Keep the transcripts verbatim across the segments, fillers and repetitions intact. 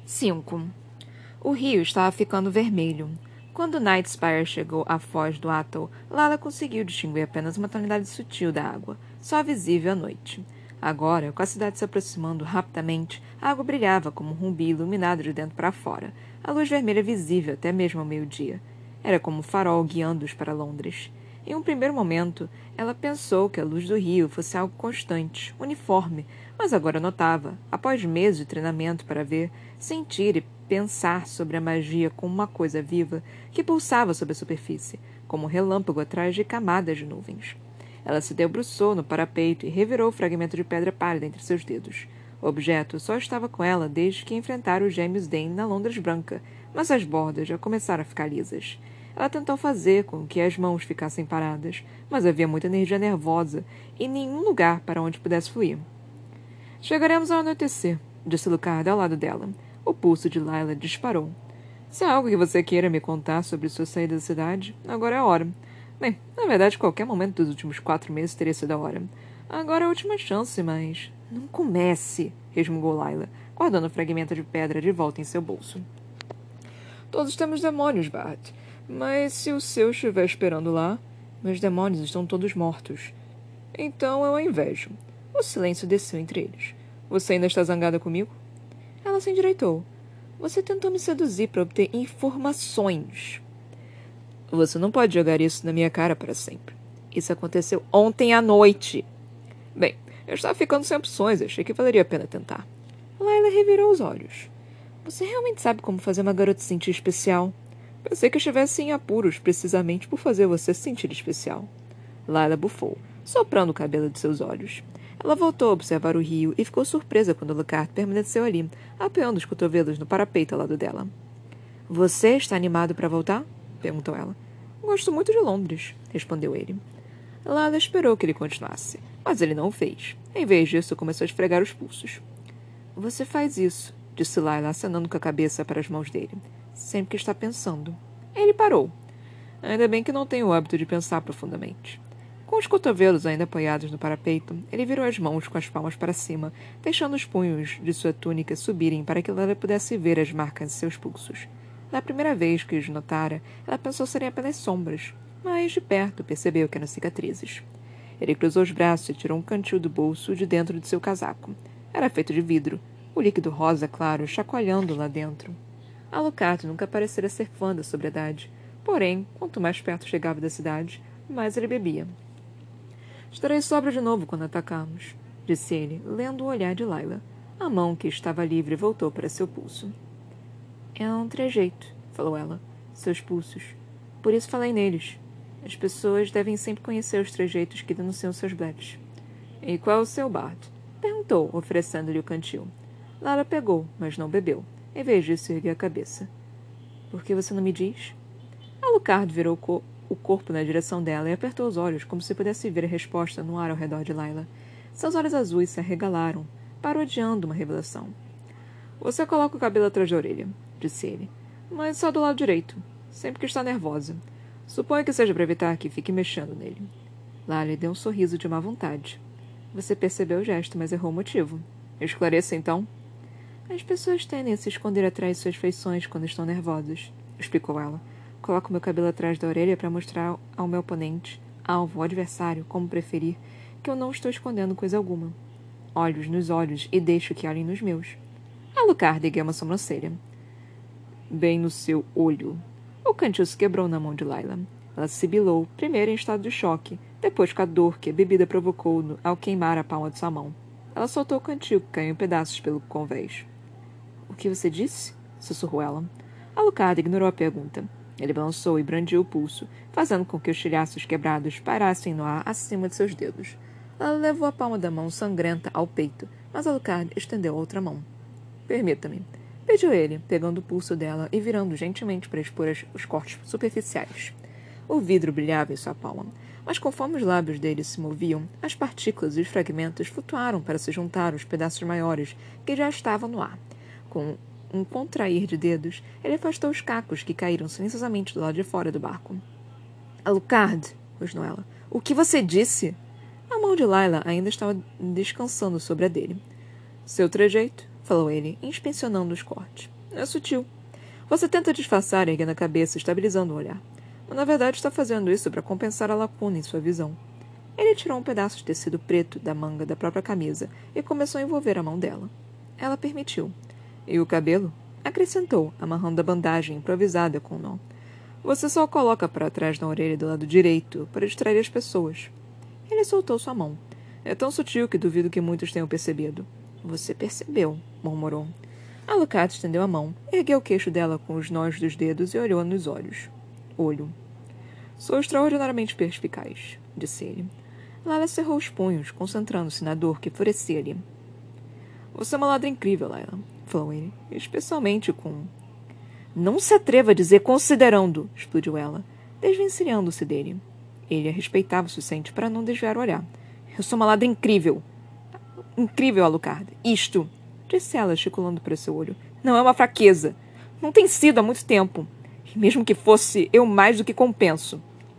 cinco. O rio estava ficando vermelho. Quando Nightspire chegou à foz do Atoll, Lala conseguiu distinguir apenas uma tonalidade sutil da água, só visível à noite. Agora, com a cidade se aproximando rapidamente, a água brilhava como um rubi iluminado de dentro para fora, a luz vermelha visível até mesmo ao meio-dia. Era como um farol guiando-os para Londres. Em um primeiro momento, ela pensou que a luz do rio fosse algo constante, uniforme, mas agora notava, após meses de treinamento para ver, sentir e pensar sobre a magia como uma coisa viva que pulsava sobre a superfície, como um relâmpago atrás de camadas de nuvens. Ela se debruçou no parapeito e revirou o fragmento de pedra pálida entre seus dedos. O objeto só estava com ela desde que enfrentara os gêmeos Dane na Londres Branca, mas as bordas já começaram a ficar lisas. Ela tentou fazer com que as mãos ficassem paradas, mas havia muita energia nervosa e nenhum lugar para onde pudesse fluir. Chegaremos ao anoitecer, disse Lucard ao lado dela. O pulso de Lila disparou. Se há algo que você queira me contar sobre sua saída da cidade, agora é a hora. Bem, na verdade, qualquer momento dos últimos quatro meses teria sido a hora. Agora é a última chance, mas... Não comece, resmungou Lila, guardando o fragmento de pedra de volta em seu bolso. Todos temos demônios, Bart. Mas se o seu estiver esperando lá, meus demônios estão todos mortos. Então eu a invejo. O silêncio desceu entre eles. Você ainda está zangada comigo? Ela se endireitou. Você tentou me seduzir para obter informações. Você não pode jogar isso na minha cara para sempre. Isso aconteceu ontem à noite. Bem, eu estava ficando sem opções. Achei que valeria a pena tentar. Lila revirou os olhos. Você realmente sabe como fazer uma garota se sentir especial? Pensei que estivesse em apuros precisamente por fazer você se sentir especial. Lila bufou, soprando o cabelo de seus olhos. Ela voltou a observar o rio e ficou surpresa quando Lucard permaneceu ali, apoiando os cotovelos no parapeito ao lado dela. — Você está animado para voltar? Perguntou ela. — Gosto muito de Londres, respondeu ele. Lila esperou que ele continuasse, mas ele não o fez. Em vez disso, começou a esfregar os pulsos. — Você faz isso, disse Lila, acenando com a cabeça para as mãos dele. Sempre que está pensando. Ele parou. Ainda bem que não tenho o hábito de pensar profundamente. Com os cotovelos ainda apoiados no parapeito, ele virou as mãos com as palmas para cima, deixando os punhos de sua túnica subirem para que ela pudesse ver as marcas de seus pulsos. Na primeira vez que os notara, ela pensou serem apenas sombras, mas de perto percebeu que eram cicatrizes. Ele cruzou os braços e tirou um cantil do bolso de dentro de seu casaco. Era feito de vidro, o líquido rosa claro chacoalhando lá dentro. Alucard nunca parecera ser fã da sobriedade, porém, quanto mais perto chegava da cidade, mais ele bebia. Estarei sóbrio de novo quando atacarmos, disse ele, lendo o olhar de Lila. A mão que estava livre voltou para seu pulso. É um trejeito, falou ela. Seus pulsos. Por isso falei neles. As pessoas devem sempre conhecer os trejeitos que denunciam seus bletes. E qual é o seu, Bart? Perguntou, oferecendo-lhe o cantil. Lara pegou, mas não bebeu. Em vez disso, ergueu a cabeça. Por que você não me diz? Alucard virou co o corpo na direção dela e apertou os olhos como se pudesse ver a resposta no ar ao redor de Lila. Seus olhos azuis se arregalaram, parodiando uma revelação. Você coloca o cabelo atrás da orelha, disse ele, mas só do lado direito, sempre que está nervosa. Suponho que seja para evitar que fique mexendo nele. Lila deu um sorriso de má vontade. Você percebeu o gesto, mas errou o motivo. Esclareça, então. As pessoas tendem a se esconder atrás de suas feições quando estão nervosas, explicou ela. Coloco meu cabelo atrás da orelha para mostrar ao meu oponente, alvo ou adversário, como preferir, que eu não estou escondendo coisa alguma. Olhos nos olhos e deixo que olhem nos meus. Alucard ergueu uma sobrancelha. Bem no seu olho. O cantil se quebrou na mão de Lila. Ela sibilou, primeiro em estado de choque, depois com a dor que a bebida provocou ao queimar a palma de sua mão. Ela soltou o cantil, que caiu em pedaços pelo convés. — O que você disse? Sussurrou ela. Alucard ignorou a pergunta. Ele balançou e brandiu o pulso, fazendo com que os tilhaços quebrados parassem no ar acima de seus dedos. Ela levou a palma da mão sangrenta ao peito, mas Alucard estendeu a outra mão. — Permita-me, pediu ele, pegando o pulso dela e virando gentilmente para expor os cortes superficiais. O vidro brilhava em sua palma, mas conforme os lábios dele se moviam, as partículas e os fragmentos flutuaram para se juntar aos pedaços maiores que já estavam no ar. Com um contrair de dedos, ele afastou os cacos que caíram silenciosamente do lado de fora do barco. — Alucard, rosnou ela. — O que você disse? A mão de Lila ainda estava descansando sobre a dele. — Seu trejeito, falou ele, inspecionando os cortes. É sutil. Você tenta disfarçar, erguendo a cabeça, estabilizando o olhar. Mas, na verdade, está fazendo isso para compensar a lacuna em sua visão. Ele tirou um pedaço de tecido preto da manga da própria camisa e começou a envolver a mão dela. Ela permitiu. E o cabelo? Acrescentou, amarrando a bandagem improvisada com o nó. Você só o coloca para trás da orelha do lado direito para distrair as pessoas. Ele soltou sua mão. É tão sutil que duvido que muitos tenham percebido. Você percebeu, murmurou. Alucard estendeu a mão, ergueu o queixo dela com os nós dos dedos e olhou nos olhos. Olho. Sou extraordinariamente perspicaz, disse ele. Lila cerrou os punhos, concentrando-se na dor que florescia ali. Você é uma ladra incrível, Lila, falou ele, especialmente com... Não se atreva a dizer considerando, explodiu ela, desvencilhando-se dele. Ele a respeitava o suficiente para não desviar o olhar. Eu sou uma ladra incrível. Incrível, Alucard. Isto, disse ela, gesticulando para seu olho, não é uma fraqueza. Não tem sido há muito tempo. E mesmo que fosse, eu mais do que compenso.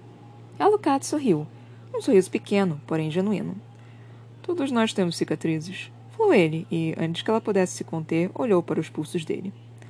Alucard sorriu. Um sorriso pequeno, porém genuíno. Todos nós temos cicatrizes, falou ele, e, antes que ela pudesse se conter, olhou para os pulsos dele.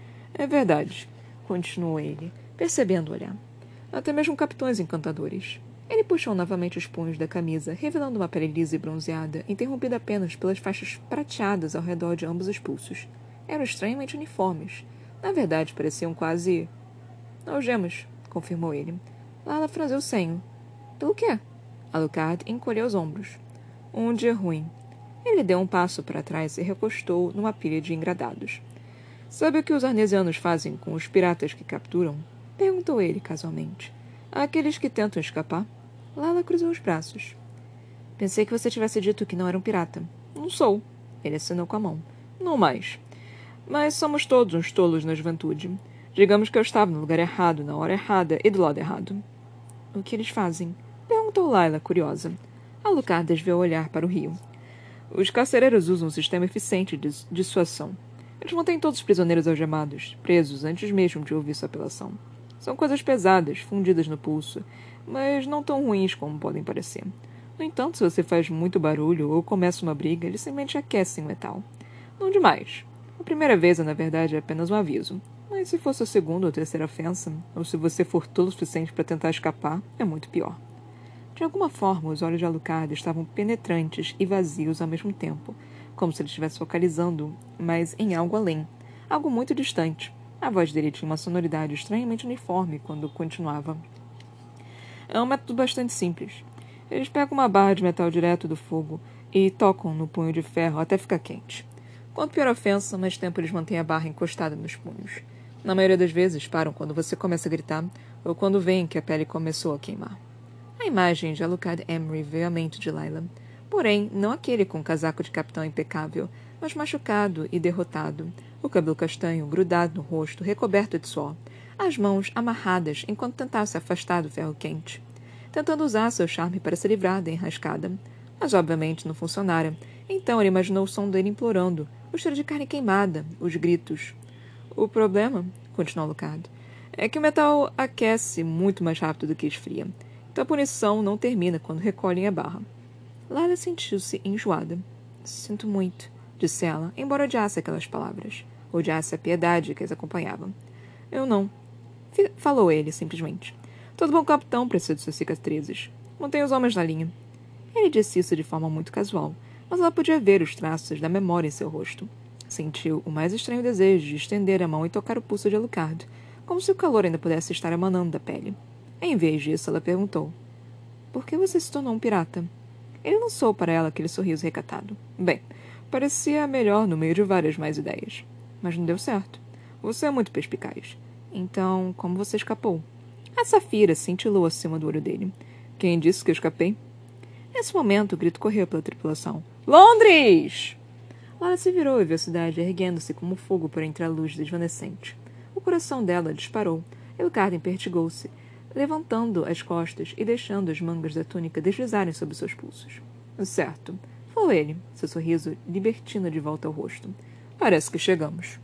É verdade, continuou ele, percebendo o olhar. Até mesmo capitães encantadores. Ele puxou novamente os punhos da camisa, revelando uma pele lisa e bronzeada, interrompida apenas pelas faixas prateadas ao redor de ambos os pulsos. Eram estranhamente uniformes. Na verdade, pareciam quase... algemas, confirmou ele. Lila franziu o senho. Pelo quê? Alucard encolheu os ombros. Um dia ruim. Ele deu um passo para trás e recostou numa pilha de engradados. Sabe o que os arnesianos fazem com os piratas que capturam? Perguntou ele, casualmente. Aqueles que tentam escapar? Lila cruzou os braços. Pensei que você tivesse dito que não era um pirata. Não sou. Ele assinou com a mão. Não mais. Mas somos todos uns tolos na juventude. Digamos que eu estava no lugar errado, na hora errada e do lado errado. O que eles fazem? Perguntou Lila, curiosa. Alucard desviou o olhar para o rio. Os carcereiros usam um sistema eficiente de dissuasão. Eles mantêm todos os prisioneiros algemados, presos antes mesmo de ouvir sua apelação. São coisas pesadas, fundidas no pulso, mas não tão ruins como podem parecer. No entanto, se você faz muito barulho ou começa uma briga, eles simplesmente aquecem o metal. Não demais. A primeira vez, na verdade, é apenas um aviso. Mas se fosse a segunda ou terceira ofensa, ou se você for tolo o suficiente para tentar escapar, é muito pior. De alguma forma, os olhos de Alucard estavam penetrantes e vazios ao mesmo tempo, como se ele estivesse focalizando, mas em algo além, algo muito distante. A voz dele tinha uma sonoridade estranhamente uniforme quando continuava. É um método bastante simples. Eles pegam uma barra de metal direto do fogo e tocam no punho de ferro até ficar quente. Quanto pior a ofensa, mais tempo eles mantêm a barra encostada nos punhos. Na maioria das vezes, param quando você começa a gritar ou quando veem que a pele começou a queimar. A imagem de Alucard Emery veio à mente de Lila. Porém, não aquele com o casaco de capitão impecável, mas machucado e derrotado, o cabelo castanho grudado no rosto, recoberto de suor, as mãos amarradas enquanto tentava se afastar do ferro quente, tentando usar seu charme para se livrar da enrascada. Mas, obviamente, não funcionara. Então ele imaginou o som dele implorando, o cheiro de carne queimada, os gritos. O problema, continuou Alucard, é que o metal aquece muito mais rápido do que esfria. Então a punição não termina quando recolhem a barra. Lila sentiu-se enjoada. Sinto muito, disse ela, embora odiasse aquelas palavras. Odiasse a piedade que as acompanhava. Eu não. F falou ele, simplesmente. Todo bom capitão precisa de suas cicatrizes. Mantenha os homens na linha. Ele disse isso de forma muito casual, mas ela podia ver os traços da memória em seu rosto. Sentiu o mais estranho desejo de estender a mão e tocar o pulso de Alucard, como se o calor ainda pudesse estar emanando da pele. Em vez disso, ela perguntou. Por que você se tornou um pirata? Ele lançou para ela aquele sorriso recatado. Bem, parecia melhor no meio de várias mais ideias. Mas não deu certo. Você é muito perspicaz. Então, como você escapou? A safira cintilou acima do olho dele. Quem disse que eu escapei? Nesse momento, o grito correu pela tripulação. Londres! Lara se virou e viu a cidade erguendo-se como fogo por entre a luz desvanecente. O coração dela disparou. Alucard pertigou-se, levantando as costas e deixando as mangas da túnica deslizarem sobre seus pulsos. Certo, falou ele, seu sorriso libertino de volta ao rosto. Parece que chegamos.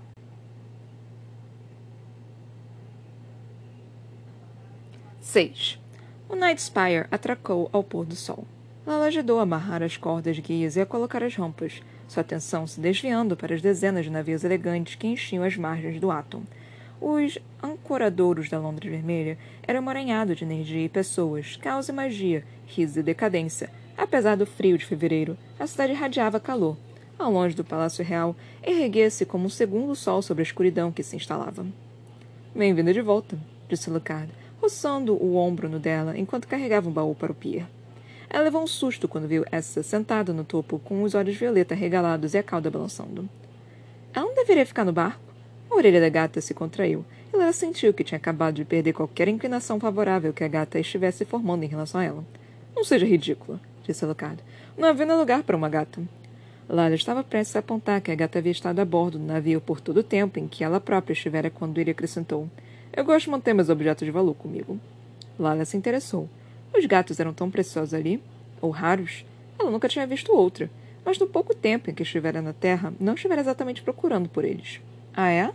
seis. O Night Spire atracou ao pôr do sol. Lala ajudou a amarrar as cordas guias e a colocar as rampas, sua atenção se desviando para as dezenas de navios elegantes que enchiam as margens do Atom. Os ancoradouros da Londres Vermelha eram emaranhados de energia e pessoas, caos e magia, riso e decadência. Apesar do frio de fevereiro, a cidade irradiava calor. Ao longe do Palácio Real, erguia-se como um segundo sol sobre a escuridão que se instalava. Bem-vinda de volta, disse Lucard, roçando o ombro no dela enquanto carregava um baú para o pier. Ela levou um susto quando viu essa sentada no topo com os olhos violeta arregalados e a cauda balançando. Ela não deveria ficar no barco? A orelha da gata se contraiu e Lara sentiu que tinha acabado de perder qualquer inclinação favorável que a gata estivesse formando em relação a ela. Não seja ridícula, disse Lucard. Não havia lugar para uma gata. Lara estava prestes a apontar que a gata havia estado a bordo do navio por todo o tempo em que ela própria estivera quando ele acrescentou. Eu gosto de manter meus objetos de valor comigo. Lara se interessou. Os gatos eram tão preciosos ali, ou raros. Ela nunca tinha visto outra, mas no pouco tempo em que estivera na Terra, não estivera exatamente procurando por eles. Ah, é?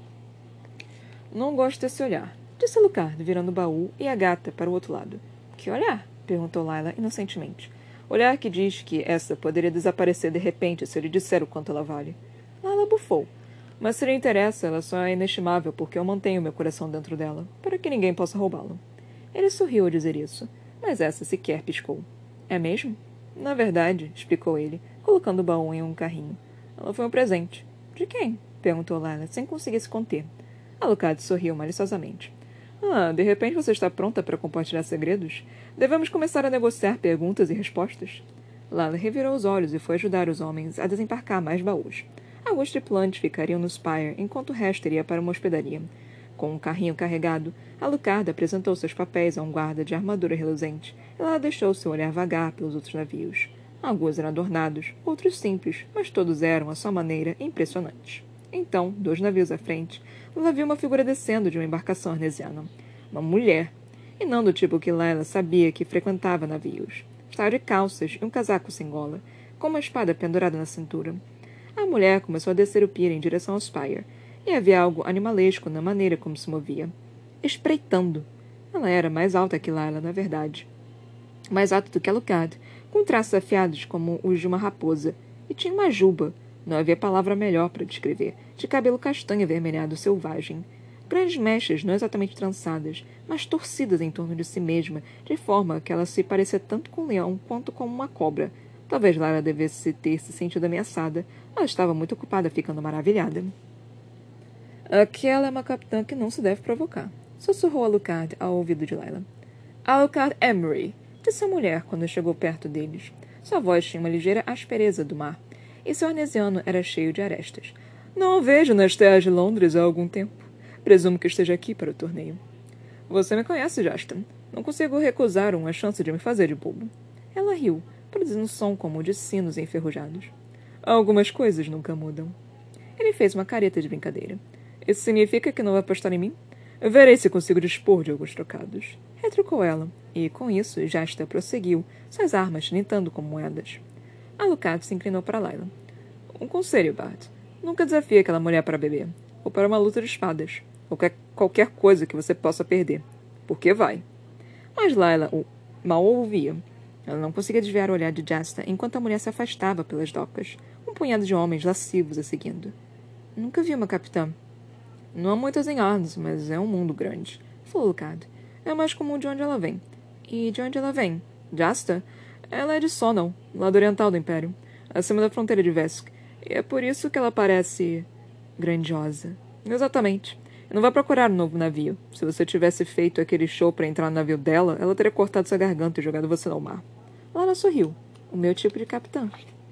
Não gosto desse olhar, disse Lucard, virando o baú e a gata para o outro lado. Que olhar? Perguntou Layla inocentemente. Olhar que diz que essa poderia desaparecer de repente se eu lhe disser o quanto ela vale. Layla bufou. Mas se lhe interessa, ela só é inestimável porque eu mantenho meu coração dentro dela, para que ninguém possa roubá-lo. Ele sorriu ao dizer isso, mas essa sequer piscou. É mesmo? Na verdade, explicou ele, colocando o baú em um carrinho. Ela foi um presente. De quem? Perguntou Layla, sem conseguir se conter. Alucard sorriu maliciosamente. Ah, de repente você está pronta para compartilhar segredos? Devemos começar a negociar perguntas e respostas? Layla revirou os olhos e foi ajudar os homens a desembarcar mais baús. Augusto e Plant ficariam no Spire, enquanto o resto iria para uma hospedaria. Com um carrinho carregado, Alucard apresentou seus papéis a um guarda de armadura reluzente. Ela deixou seu olhar vagar pelos outros navios. Alguns eram adornados, outros simples, mas todos eram, à sua maneira, impressionantes. Então, dois navios à frente, ela viu uma figura descendo de uma embarcação arnesiana. Uma mulher. E não do tipo que Layla sabia que frequentava navios. Estava de calças e um casaco sem gola, com uma espada pendurada na cintura. A mulher começou a descer o pier em direção ao Spire, e havia algo animalesco na maneira como se movia. Espreitando. Ela era mais alta que Layla, na verdade. Mais alta do que Alucard, com traços afiados como os de uma raposa, e tinha uma juba. Não havia palavra melhor para descrever, de cabelo castanho avermelhado selvagem. Grandes mechas, não exatamente trançadas, mas torcidas em torno de si mesma, de forma que ela se parecia tanto com um leão quanto com uma cobra. Talvez Lara devesse ter se sentido ameaçada, mas estava muito ocupada ficando maravilhada. Aquela é uma capitã que não se deve provocar, sussurrou Alucard ao ouvido de Layla. Alucard Emery, disse a mulher quando chegou perto deles. Sua voz tinha uma ligeira aspereza do mar, e seu arnesiano era cheio de arestas. Não o vejo nas terras de Londres há algum tempo. Presumo que esteja aqui para o torneio. Você me conhece, Justin. Não consigo recusar uma chance de me fazer de bobo. Ela riu, produzindo um som como o de sinos enferrujados. Algumas coisas nunca mudam. Ele fez uma careta de brincadeira. Isso significa que não vai apostar em mim? Verei se consigo dispor de alguns trocados. Retrucou ela, e, com isso, Jasta prosseguiu, suas armas tinintando como moedas. Alucard se inclinou para Layla. Um conselho, Bart. Nunca desafie aquela mulher para beber, ou para uma luta de espadas, ou qualquer, qualquer coisa que você possa perder. Porque vai. Mas Layla o mal ouvia. Ela não conseguia desviar o olhar de Jasta enquanto a mulher se afastava pelas docas, um punhado de homens lascivos a seguindo. Nunca vi uma capitã. Não há muitas em Arnes, mas é um mundo grande, falou Alucard. É mais comum de onde ela vem. E de onde ela vem? Jasta? Ela é de Sonal, lado oriental do Império, acima da fronteira de Vesk. E é por isso que ela parece grandiosa. Exatamente. Não vai procurar um novo navio. Se você tivesse feito aquele show para entrar no navio dela, ela teria cortado sua garganta e jogado você no mar. Lara sorriu. O meu tipo de capitã.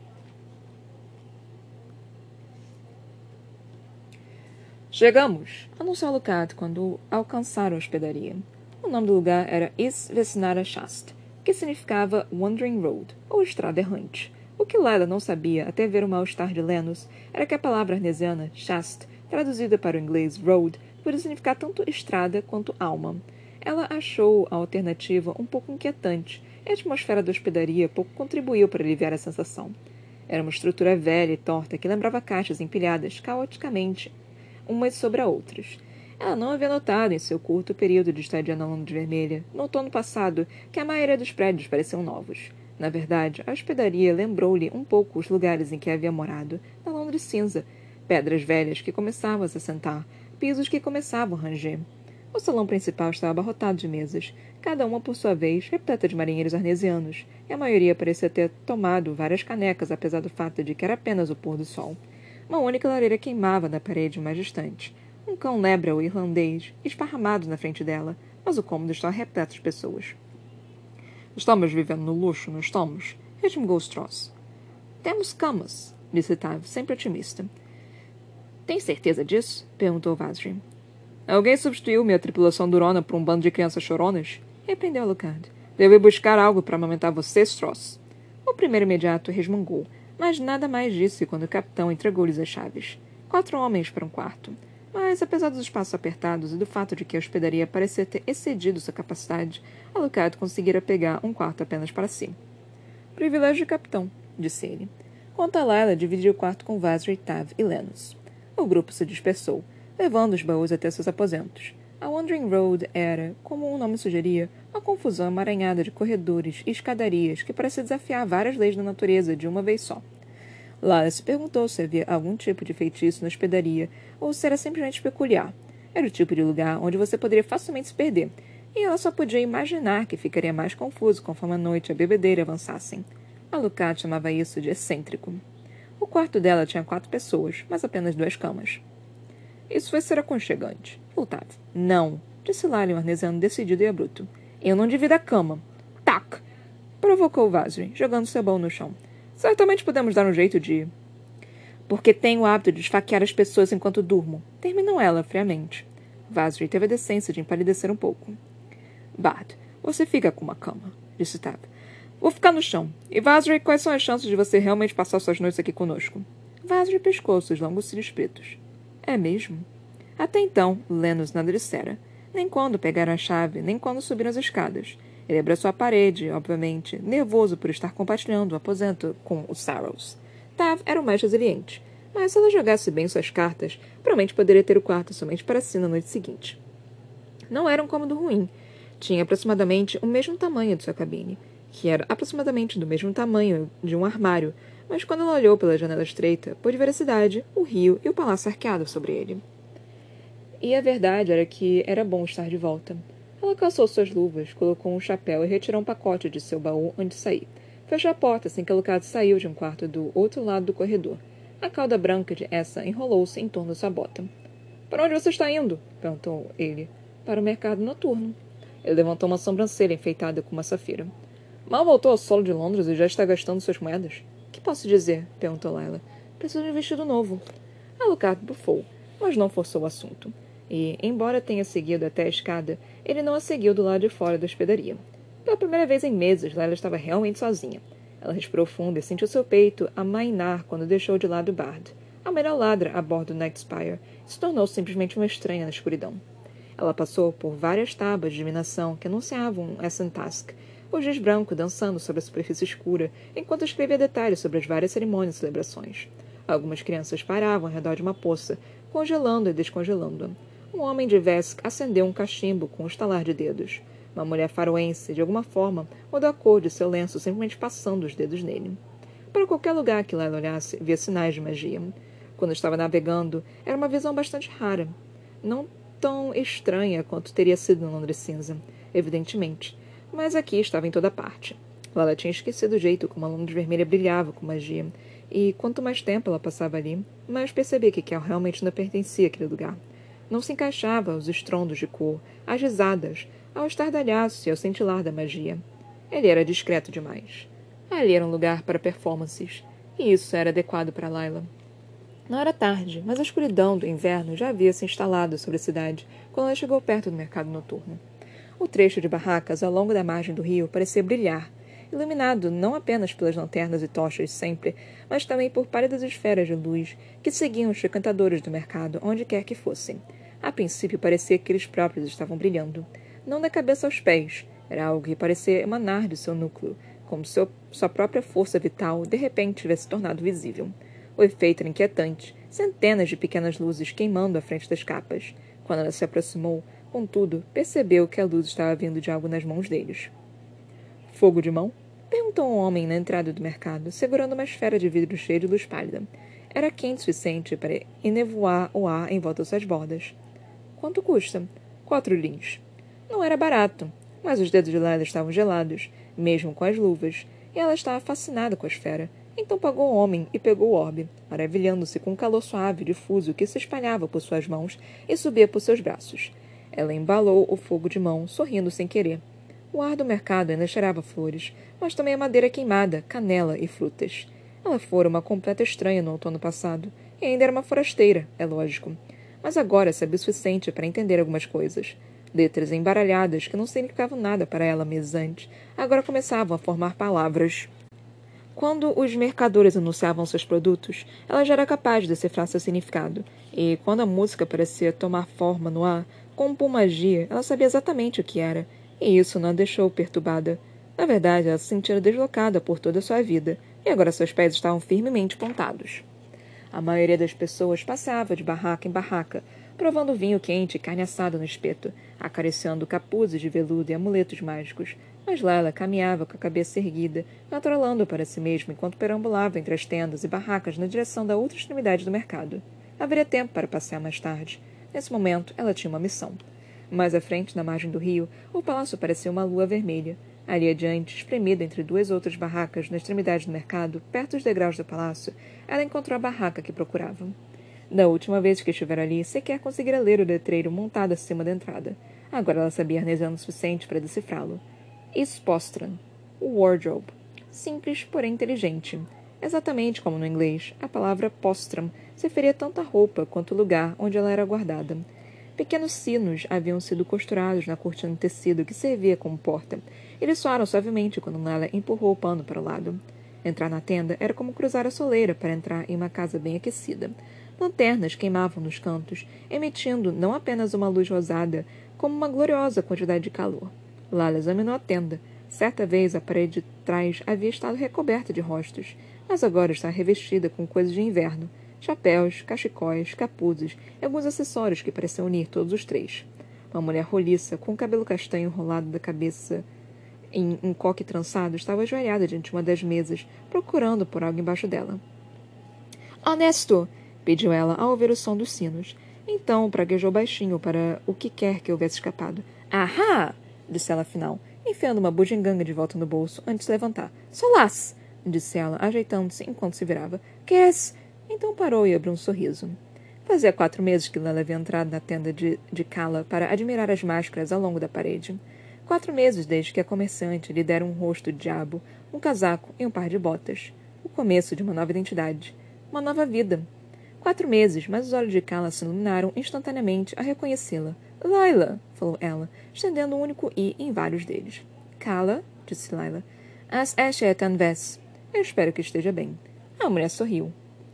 Chegamos, anunciou Alucard quando alcançaram a hospedaria. O nome do lugar era Isvesnara Shast, que significava Wandering Road, ou Estrada Errante. O que Layla não sabia, até ver o mal-estar de Lennos, era que a palavra arnesiana, Shast, traduzida para o inglês road, podia significar tanto estrada quanto alma. Ela achou a alternativa um pouco inquietante, e a atmosfera da hospedaria pouco contribuiu para aliviar a sensação. Era uma estrutura velha e torta que lembrava caixas empilhadas caoticamente, umas sobre as outras. Ela não havia notado, em seu curto período de estadia na Londres Vermelha, no outono passado, que a maioria dos prédios pareciam novos. Na verdade, a hospedaria lembrou-lhe um pouco os lugares em que havia morado, na Londres cinza. Pedras velhas que começavam a se assentar, pisos que começavam a ranger. O salão principal estava abarrotado de mesas, cada uma por sua vez repleta de marinheiros arnesianos, e a maioria parecia ter tomado várias canecas, apesar do fato de que era apenas o pôr do sol. Uma única lareira queimava na parede mais distante. Um cão lebra ou irlandês, esparramado na frente dela, mas o cômodo estava repleto de pessoas. Estamos vivendo no luxo, não estamos? Resmungou Strauss. Temos camas, disse Tav, sempre otimista. Tem certeza disso? Perguntou Vasri. Alguém substituiu minha tripulação durona por um bando de crianças choronas? Repreendeu Alucard. Devo ir buscar algo para amamentar você, Strauss. O primeiro imediato resmungou, mas nada mais disse quando o capitão entregou-lhes as chaves. Quatro homens para um quarto. Mas, apesar dos espaços apertados e do fato de que a hospedaria parecia ter excedido sua capacidade, Alucard conseguira pegar um quarto apenas para si. Privilégio de capitão, disse ele. Quanto a Layla, dividiu o quarto com Vasri, Tav e Lennox. O grupo se dispersou, levando os baús até seus aposentos. A Wandering Road era, como o nome sugeria, uma confusão emaranhada de corredores e escadarias que parecia desafiar várias leis da natureza de uma vez só. Layla se perguntou se havia algum tipo de feitiço na hospedaria ou se era simplesmente peculiar. Era o tipo de lugar onde você poderia facilmente se perder, e ela só podia imaginar que ficaria mais confuso conforme a noite e a bebedeira avançassem. Alucard chamava isso de excêntrico. O quarto dela tinha quatro pessoas, mas apenas duas camas. Isso vai ser aconchegante. Voltava. Não, disse Layla, um arnesiano decidido e abrupto. Eu não divido a cama. Tac! Provocou Vasri, jogando seu baú no chão. Certamente podemos dar um jeito de... Porque tenho o hábito de esfaquear as pessoas enquanto durmo. Terminou ela, friamente. Vasri teve a decência de empalidecer um pouco. Bart, você fica com uma cama, disse Tav. Vou ficar no chão. E Vasri, quais são as chances de você realmente passar suas noites aqui conosco? Vasri pescou seus longos cílios pretos. É mesmo? Até então, Lennox nada dissera. Nem quando pegaram a chave, nem quando subiram as escadas. Ele abraçou a parede, obviamente, nervoso por estar compartilhando o aposento com os Sarrows. Tav era o mais resiliente, mas se ela jogasse bem suas cartas, provavelmente poderia ter o quarto somente para si na noite seguinte. Não era um cômodo ruim. Tinha aproximadamente o mesmo tamanho de sua cabine, que era aproximadamente do mesmo tamanho de um armário, mas quando ela olhou pela janela estreita, pôde ver a cidade, o rio e o palácio arqueado sobre ele. E a verdade era que era bom estar de volta. Ela calçou suas luvas, colocou um chapéu e retirou um pacote de seu baú antes de sair. Fechou a porta assim que Alucard saiu de um quarto do outro lado do corredor. A cauda branca de essa enrolou-se em torno de sua bota. — Para onde você está indo? — perguntou ele. — Para o mercado noturno. Ele levantou uma sobrancelha enfeitada com uma safira. — Mal voltou ao solo de Londres e já está gastando suas moedas? — Que posso dizer? — perguntou Layla. — Preciso de um vestido novo. Alucard bufou, mas não forçou o assunto. E, embora tenha seguido até a escada, ele não a seguiu do lado de fora da hospedaria. Pela primeira vez em meses, Layla estava realmente sozinha. Ela respirou fundo e sentiu seu peito amainar quando deixou de lado Bard. A melhor ladra a bordo do Nightspire se tornou simplesmente uma estranha na escuridão. Ela passou por várias tábuas de divinação que anunciavam Essentask, o giz branco dançando sobre a superfície escura, enquanto escrevia detalhes sobre as várias cerimônias e celebrações. Algumas crianças paravam ao redor de uma poça, congelando e descongelando-a. Um homem de Vesk acendeu um cachimbo com um estalar de dedos. Uma mulher faroense, de alguma forma, mudou a cor de seu lenço simplesmente passando os dedos nele. Para qualquer lugar que Layla olhasse, via sinais de magia. Quando estava navegando, era uma visão bastante rara. Não tão estranha quanto teria sido no Londres cinza, evidentemente, mas aqui estava em toda parte. Layla tinha esquecido o jeito como a Londres vermelha brilhava com magia, e quanto mais tempo ela passava ali, mais percebia que Kel realmente não pertencia àquele lugar. Não se encaixava aos estrondos de cor, às risadas, ao estardalhaço e ao cintilar da magia. Ele era discreto demais. Ali era um lugar para performances, e isso era adequado para Layla. Não era tarde, mas a escuridão do inverno já havia se instalado sobre a cidade quando ela chegou perto do mercado noturno. O trecho de barracas ao longo da margem do rio parecia brilhar, iluminado não apenas pelas lanternas e tochas sempre, mas também por pálidas esferas de luz que seguiam os frequentadores do mercado onde quer que fossem. A princípio parecia que eles próprios estavam brilhando. Não da cabeça aos pés. Era algo que parecia emanar de seu núcleo, como se sua própria força vital de repente tivesse tornado visível. O efeito era inquietante, centenas de pequenas luzes queimando à frente das capas. Quando ela se aproximou, contudo, percebeu que a luz estava vindo de algo nas mãos deles. — Fogo de mão? — Perguntou um homem na entrada do mercado, segurando uma esfera de vidro cheia de luz pálida. Era quente o suficiente para enevoar o ar em volta de suas bordas. Quanto custa? Quatro lins. Não era barato, mas os dedos de Layla estavam gelados, mesmo com as luvas, e ela estava fascinada com a esfera. Então pagou o homem e pegou o orbe, maravilhando-se com o calor suave e difuso que se espalhava por suas mãos e subia por seus braços. Ela embalou o fogo de mão, sorrindo sem querer. O ar do mercado ainda cheirava flores, mas também a madeira queimada, canela e frutas. Ela fora uma completa estranha no outono passado, e ainda era uma forasteira, é lógico. Mas agora sabia o suficiente para entender algumas coisas. Letras embaralhadas que não significavam nada para ela meses antes, agora começavam a formar palavras. Quando os mercadores anunciavam seus produtos, ela já era capaz de decifrar seu significado, e quando a música parecia tomar forma no ar, como por magia, ela sabia exatamente o que era, e isso não a deixou perturbada. Na verdade, ela se sentia deslocada por toda a sua vida, e agora seus pés estavam firmemente pontados. A maioria das pessoas passava de barraca em barraca, provando vinho quente e carne assada no espeto, acariciando capuzes de veludo e amuletos mágicos. Mas Layla caminhava com a cabeça erguida, controlando para si mesma enquanto perambulava entre as tendas e barracas na direção da outra extremidade do mercado. Haveria tempo para passear mais tarde. Nesse momento, ela tinha uma missão. Mais à frente, na margem do rio, o palácio parecia uma lua vermelha. Ali adiante, espremida entre duas outras barracas na extremidade do mercado, perto dos degraus do palácio, ela encontrou a barraca que procurava. Da última vez que estivera ali, sequer conseguira ler o letreiro montado acima da entrada. Agora ela sabia arnesiano o suficiente para decifrá-lo. Spostran. Wardrobe. Simples, porém inteligente. Exatamente como no inglês, a palavra postram se referia tanto à roupa quanto ao lugar onde ela era guardada. Pequenos sinos haviam sido costurados na cortina de tecido que servia como porta. Eles soaram suavemente quando Layla empurrou o pano para o lado. Entrar na tenda era como cruzar a soleira para entrar em uma casa bem aquecida. Lanternas queimavam nos cantos, emitindo não apenas uma luz rosada, como uma gloriosa quantidade de calor. Layla examinou a tenda. Certa vez a parede de trás havia estado recoberta de rostos, mas agora estava revestida com coisas de inverno. Chapéus, cachecóis, capuzes e alguns acessórios que pareciam unir todos os três. Uma mulher roliça, com o cabelo castanho enrolado da cabeça em um coque trançado, estava ajoelhada diante de uma das mesas, procurando por algo embaixo dela. Honesto! Pediu ela ao ouvir o som dos sinos. Então praguejou baixinho para o que quer que houvesse escapado. Ahá! Disse ela afinal, enfiando uma bugiganga de volta no bolso antes de se levantar. Solás! Disse ela, ajeitando-se enquanto se virava. Queres? Então parou e abriu um sorriso. Fazia quatro meses que Layla havia entrado na tenda de, de Kala para admirar as máscaras ao longo da parede. Quatro meses desde que a comerciante lhe dera um rosto de diabo, um casaco e um par de botas. O começo de uma nova identidade. Uma nova vida. Quatro meses, mas os olhos de Kala se iluminaram instantaneamente a reconhecê-la. Layla, falou ela, estendendo um único i em vários deles. Kala, disse Layla. As Eshet Anves. Eu espero que esteja bem. A mulher sorriu.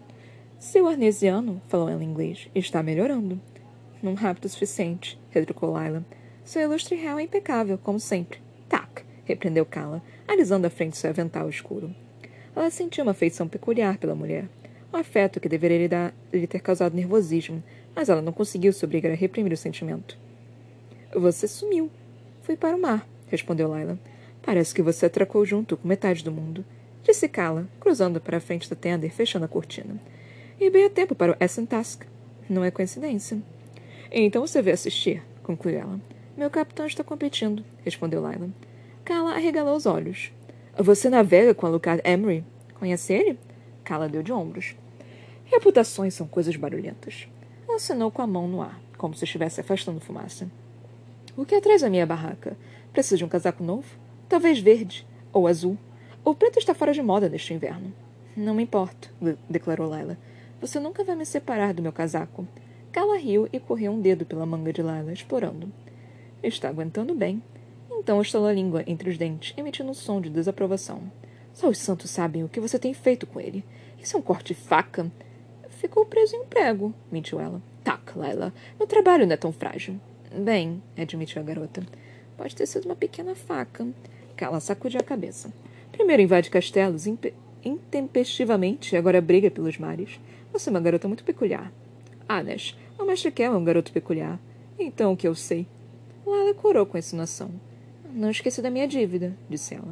Seu arnesiano, falou ela em inglês, está melhorando. Num rápido o suficiente, retrucou Layla. Seu ilustre réu é impecável, como sempre. Tac, repreendeu Kala, alisando a frente seu avental escuro. Ela sentiu uma afeição peculiar pela mulher. Um afeto que deveria lhe, dar, lhe ter causado nervosismo, mas ela não conseguiu se obrigar a reprimir o sentimento. Você sumiu. Fui para o mar, respondeu Layla. Parece que você atracou junto com metade do mundo. Disse Kala, cruzando para a frente da tenda e fechando a cortina. E bem a tempo para o Essen Task. Não é coincidência. Então você veio assistir, concluiu ela. Meu capitão está competindo, respondeu Layla. Kala arregalou os olhos. Você navega com Alucard Emery? Conhece ele? Kala deu de ombros. Reputações são coisas barulhentas. Ela acenou com a mão no ar, como se estivesse afastando fumaça. O que atrás da minha barraca? Preciso de um casaco novo? Talvez verde, ou azul. O preto está fora de moda neste inverno. Não me importo, declarou Layla. Você nunca vai me separar do meu casaco. Kala riu e correu um dedo pela manga de Layla, explorando. Está aguentando bem. Então estalou a língua entre os dentes, emitindo um som de desaprovação. Só os santos sabem o que você tem feito com ele. Isso é um corte-faca. Ficou preso em um prego, mentiu ela. Tac, Layla. Meu trabalho não é tão frágil. Bem, admitiu a garota. Pode ter sido uma pequena faca. Kala sacudiu a cabeça. Primeiro invade castelos intempestivamente e agora briga pelos mares. Você é uma garota muito peculiar. Anas, o mestre Kel é um garoto peculiar. Então o que eu sei? Layla corou com a insinuação. Não esqueci da minha dívida, disse ela.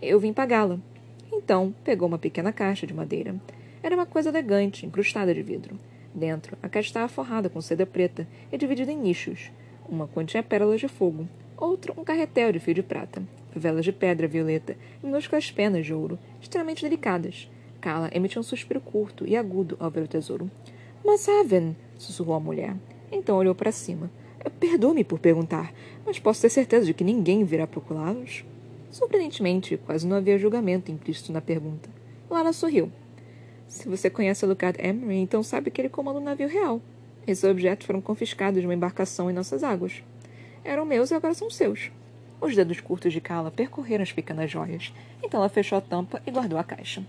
Eu vim pagá-la. Então, pegou uma pequena caixa de madeira. Era uma coisa elegante, incrustada de vidro. Dentro, a caixa estava forrada com seda preta e dividida em nichos. Uma continha pérolas de fogo, outro um carretel de fio de prata, velas de pedra violeta e minúsculas penas de ouro, extremamente delicadas. Kala emitiu um suspiro curto e agudo ao ver o tesouro. Mas Haven, sussurrou a mulher. Então olhou para cima. Perdoe-me por perguntar, mas posso ter certeza de que ninguém virá procurá-los? Surpreendentemente, quase não havia julgamento implícito na pergunta. Lara sorriu. Se você conhece Lucard Emery, então sabe que ele comanda um navio real. Esses objetos foram confiscados de uma embarcação em nossas águas. Eram meus e agora são seus. Os dedos curtos de Kala percorreram as pequenas joias. Então ela fechou a tampa e guardou a caixa.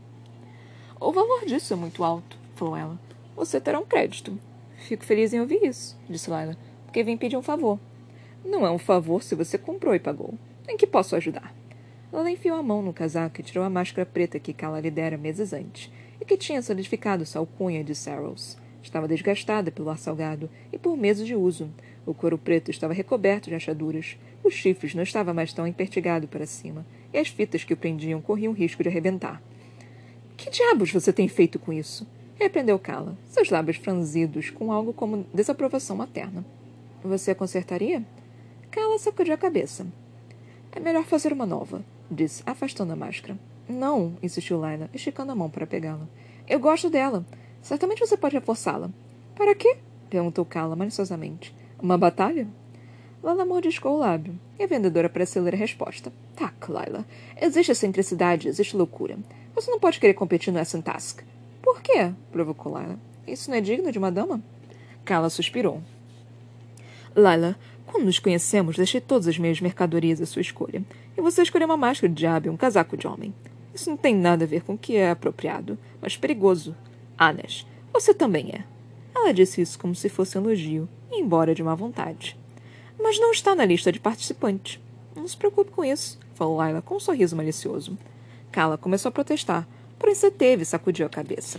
O valor disso é muito alto, falou ela. Você terá um crédito. Fico feliz em ouvir isso, disse Layla, porque vim pedir um favor. Não é um favor se você comprou e pagou. Em que posso ajudar? Ela enfiou a mão no casaco e tirou a máscara preta que Kala lhe dera meses antes, e que tinha solidificado sua alcunha de Sarrows. Estava desgastada pelo ar salgado e por meses de uso. O couro preto estava recoberto de achaduras. Os chifres não estavam mais tão empertigados para cima, e as fitas que o prendiam corriam risco de arrebentar. Que diabos você tem feito com isso? Repreendeu Kala, seus lábios franzidos com algo como desaprovação materna. Você a consertaria? Kala sacudiu a cabeça. É melhor fazer uma nova, disse, afastando a máscara. Não, insistiu Layla, esticando a mão para pegá-la. Eu gosto dela. Certamente você pode reforçá-la. Para quê? Perguntou Kala maliciosamente. Uma batalha? Layla mordiscou o lábio, e a vendedora pareceu ler a resposta. Tá, Layla. Existe excentricidade, existe loucura. Você não pode querer competir no Essen Task. Por quê? Provocou Layla. Isso não é digno de uma dama? Kala suspirou. Layla, quando nos conhecemos, deixei todas as minhas mercadorias à sua escolha. E você escolheu uma máscara de diabo e um casaco de homem. Isso não tem nada a ver com o que é apropriado, mas perigoso. Anes, você também é. Ela disse isso como se fosse um elogio, embora de má vontade. Mas não está na lista de participantes. Não se preocupe com isso, falou Layla com um sorriso malicioso. Kala começou a protestar, porém se teve e sacudiu a cabeça.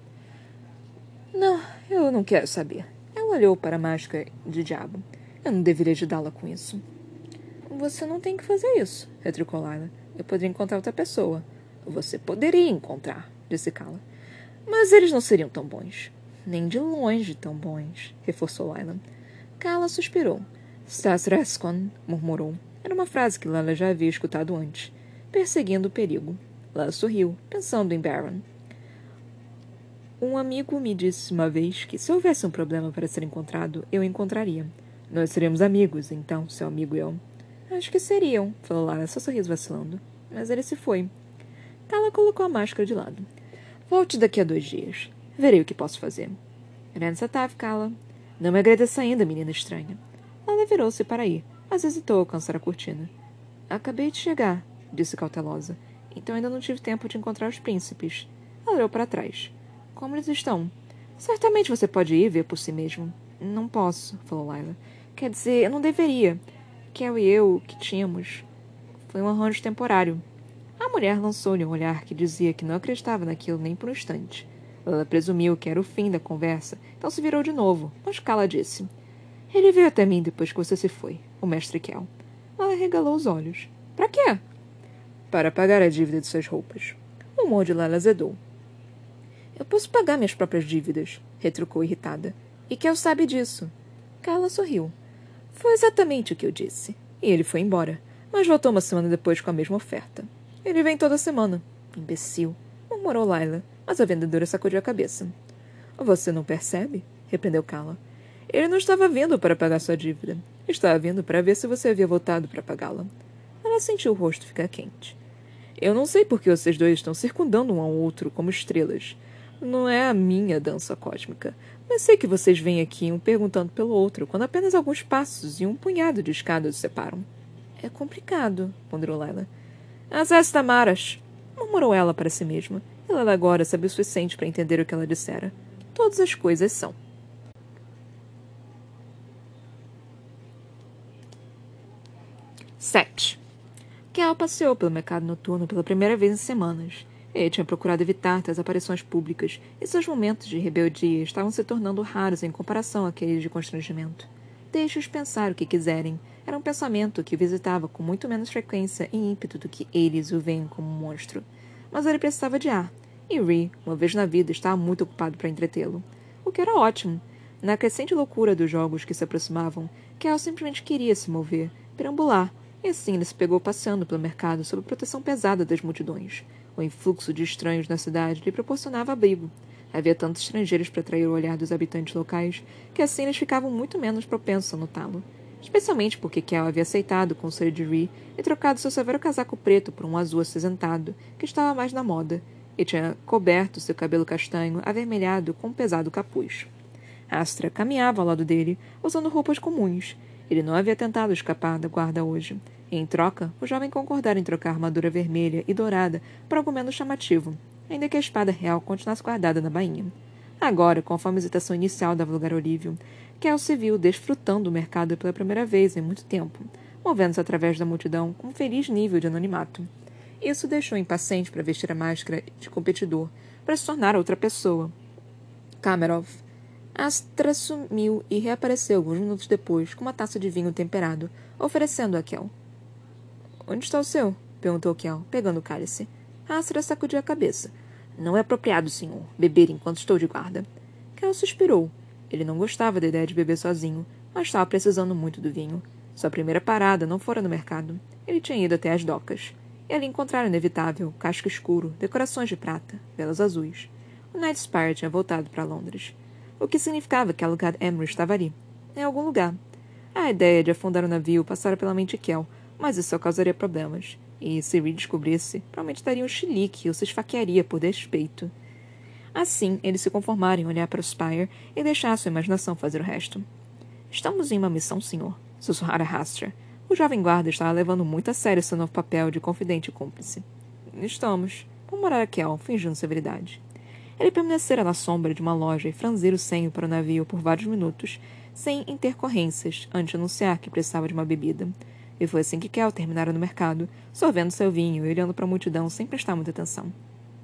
Não, eu não quero saber. Ela olhou para a máscara de diabo. Eu não deveria ajudá-la com isso. Você não tem que fazer isso, retrucou Layla. Eu poderia encontrar outra pessoa. Você poderia encontrar, disse Kala. Mas eles não seriam tão bons. Nem de longe tão bons, reforçou Layla. Kala suspirou. Stas Reskon, murmurou. Era uma frase que Layla já havia escutado antes. Perseguindo o perigo. Layla sorriu, pensando em Baron. Um amigo me disse uma vez que se houvesse um problema para ser encontrado, eu o encontraria. Nós seríamos amigos, então, seu amigo e eu. Acho que seriam, falou Layla, seu sorriso vacilando. Mas ele se foi. Kala colocou a máscara de lado. Volte daqui a dois dias. Verei o que posso fazer. Rensatav, Kala. Não me agradeça ainda, menina estranha. Layla virou-se para ir, mas hesitou ao alcançar a cortina. Acabei de chegar, disse cautelosa. Então ainda não tive tempo de encontrar os príncipes. Ela olhou para trás. Como eles estão? Certamente você pode ir ver por si mesmo. Não posso, falou Layla. Quer dizer, eu não deveria. Kel e eu, o que tínhamos, foi um arranjo temporário. A mulher lançou-lhe um olhar que dizia que não acreditava naquilo nem por um instante. Ela presumiu que era o fim da conversa, então se virou de novo, mas Kala disse. Ele veio até mim depois que você se foi, o mestre Kel. Ela regalou os olhos. Para quê? Para pagar a dívida de suas roupas. O humor de Layla azedou. Eu posso pagar minhas próprias dívidas, retrucou irritada. E Kel sabe disso. Kala sorriu. Foi exatamente o que eu disse. E ele foi embora, mas voltou uma semana depois com a mesma oferta. Ele vem toda semana. Imbecil, murmurou Layla, mas a vendedora sacudiu a cabeça. Você não percebe? Repreendeu Kala. Ele não estava vindo para pagar sua dívida. Estava vindo para ver se você havia voltado para pagá-la. Ela sentiu o rosto ficar quente. Eu não sei por que vocês dois estão circundando um ao outro como estrelas. Não é a minha dança cósmica. Mas sei que vocês vêm aqui um perguntando pelo outro, quando apenas alguns passos e um punhado de escadas os separam. É complicado, ponderou Layla. As Estamaras, murmurou ela para si mesma. Ela agora sabia o suficiente para entender o que ela dissera. Todas as coisas são. Sete. Kel passeou pelo mercado noturno pela primeira vez em semanas. Ele tinha procurado evitar tais aparições públicas, e seus momentos de rebeldia estavam se tornando raros em comparação àqueles de constrangimento. Deixe-os pensar o que quiserem. Era um pensamento que o visitava com muito menos frequência e ímpeto do que eles o veem como um monstro. Mas ele precisava de ar, e Ree, uma vez na vida, estava muito ocupado para entretê-lo. O que era ótimo. Na crescente loucura dos jogos que se aproximavam, Kel simplesmente queria se mover, perambular, e assim ele se pegou passeando pelo mercado sob a proteção pesada das multidões. O influxo de estranhos na cidade lhe proporcionava abrigo. Havia tantos estrangeiros para atrair o olhar dos habitantes locais que assim eles ficavam muito menos propensos a notá-lo. Especialmente porque Kel havia aceitado o conselho de Ree e trocado seu severo casaco preto por um azul acinzentado, que estava mais na moda, e tinha coberto seu cabelo castanho avermelhado com um pesado capuz. Astra caminhava ao lado dele, usando roupas comuns. Ele não havia tentado escapar da guarda hoje. E, em troca, o jovem concordara em trocar a armadura vermelha e dourada por algo menos chamativo, ainda que a espada real continuasse guardada na bainha. Agora, conforme a hesitação inicial dava lugar ao alívio, Kel se viu desfrutando do mercado pela primeira vez em muito tempo, movendo-se através da multidão com um feliz nível de anonimato. Isso o deixou impaciente para vestir a máscara de competidor, para se tornar outra pessoa. Kamerov. Astra sumiu e reapareceu alguns minutos depois com uma taça de vinho temperado, oferecendo a Kel. "Onde está o seu?" perguntou Kel, pegando o cálice. Astra sacudiu a cabeça. "Não é apropriado, senhor, beber enquanto estou de guarda." Kel suspirou. Ele não gostava da ideia de beber sozinho, mas estava precisando muito do vinho. Sua primeira parada não fora no mercado. Ele tinha ido até as docas. E ali encontrara inevitável, casco escuro, decorações de prata, velas azuis. O Night Spire tinha voltado para Londres. O que significava que Alucard Emery estava ali, em algum lugar. A ideia de afundar o navio passara pela mente Kel, mas isso só causaria problemas. E, se Reed descobrisse, provavelmente daria um chilique ou se esfaquearia por despeito. Assim, ele se conformara em olhar para o Spire e deixar sua imaginação fazer o resto. "Estamos em uma missão, senhor", sussurrara Hastra. O jovem guarda estava levando muito a sério seu novo papel de confidente e cúmplice. "Estamos", murmurara Kel, fingindo severidade. Ele permanecera na sombra de uma loja e franzira o senho para o navio por vários minutos, sem intercorrências, antes de anunciar que precisava de uma bebida. E foi assim que Kel terminara no mercado, sorvendo seu vinho e olhando para a multidão sem prestar muita atenção.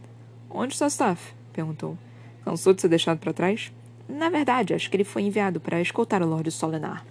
"Onde está Staff?" perguntou. "Cansou de ser deixado para trás?" "Na verdade, acho que ele foi enviado para escoltar o Lord Solinar."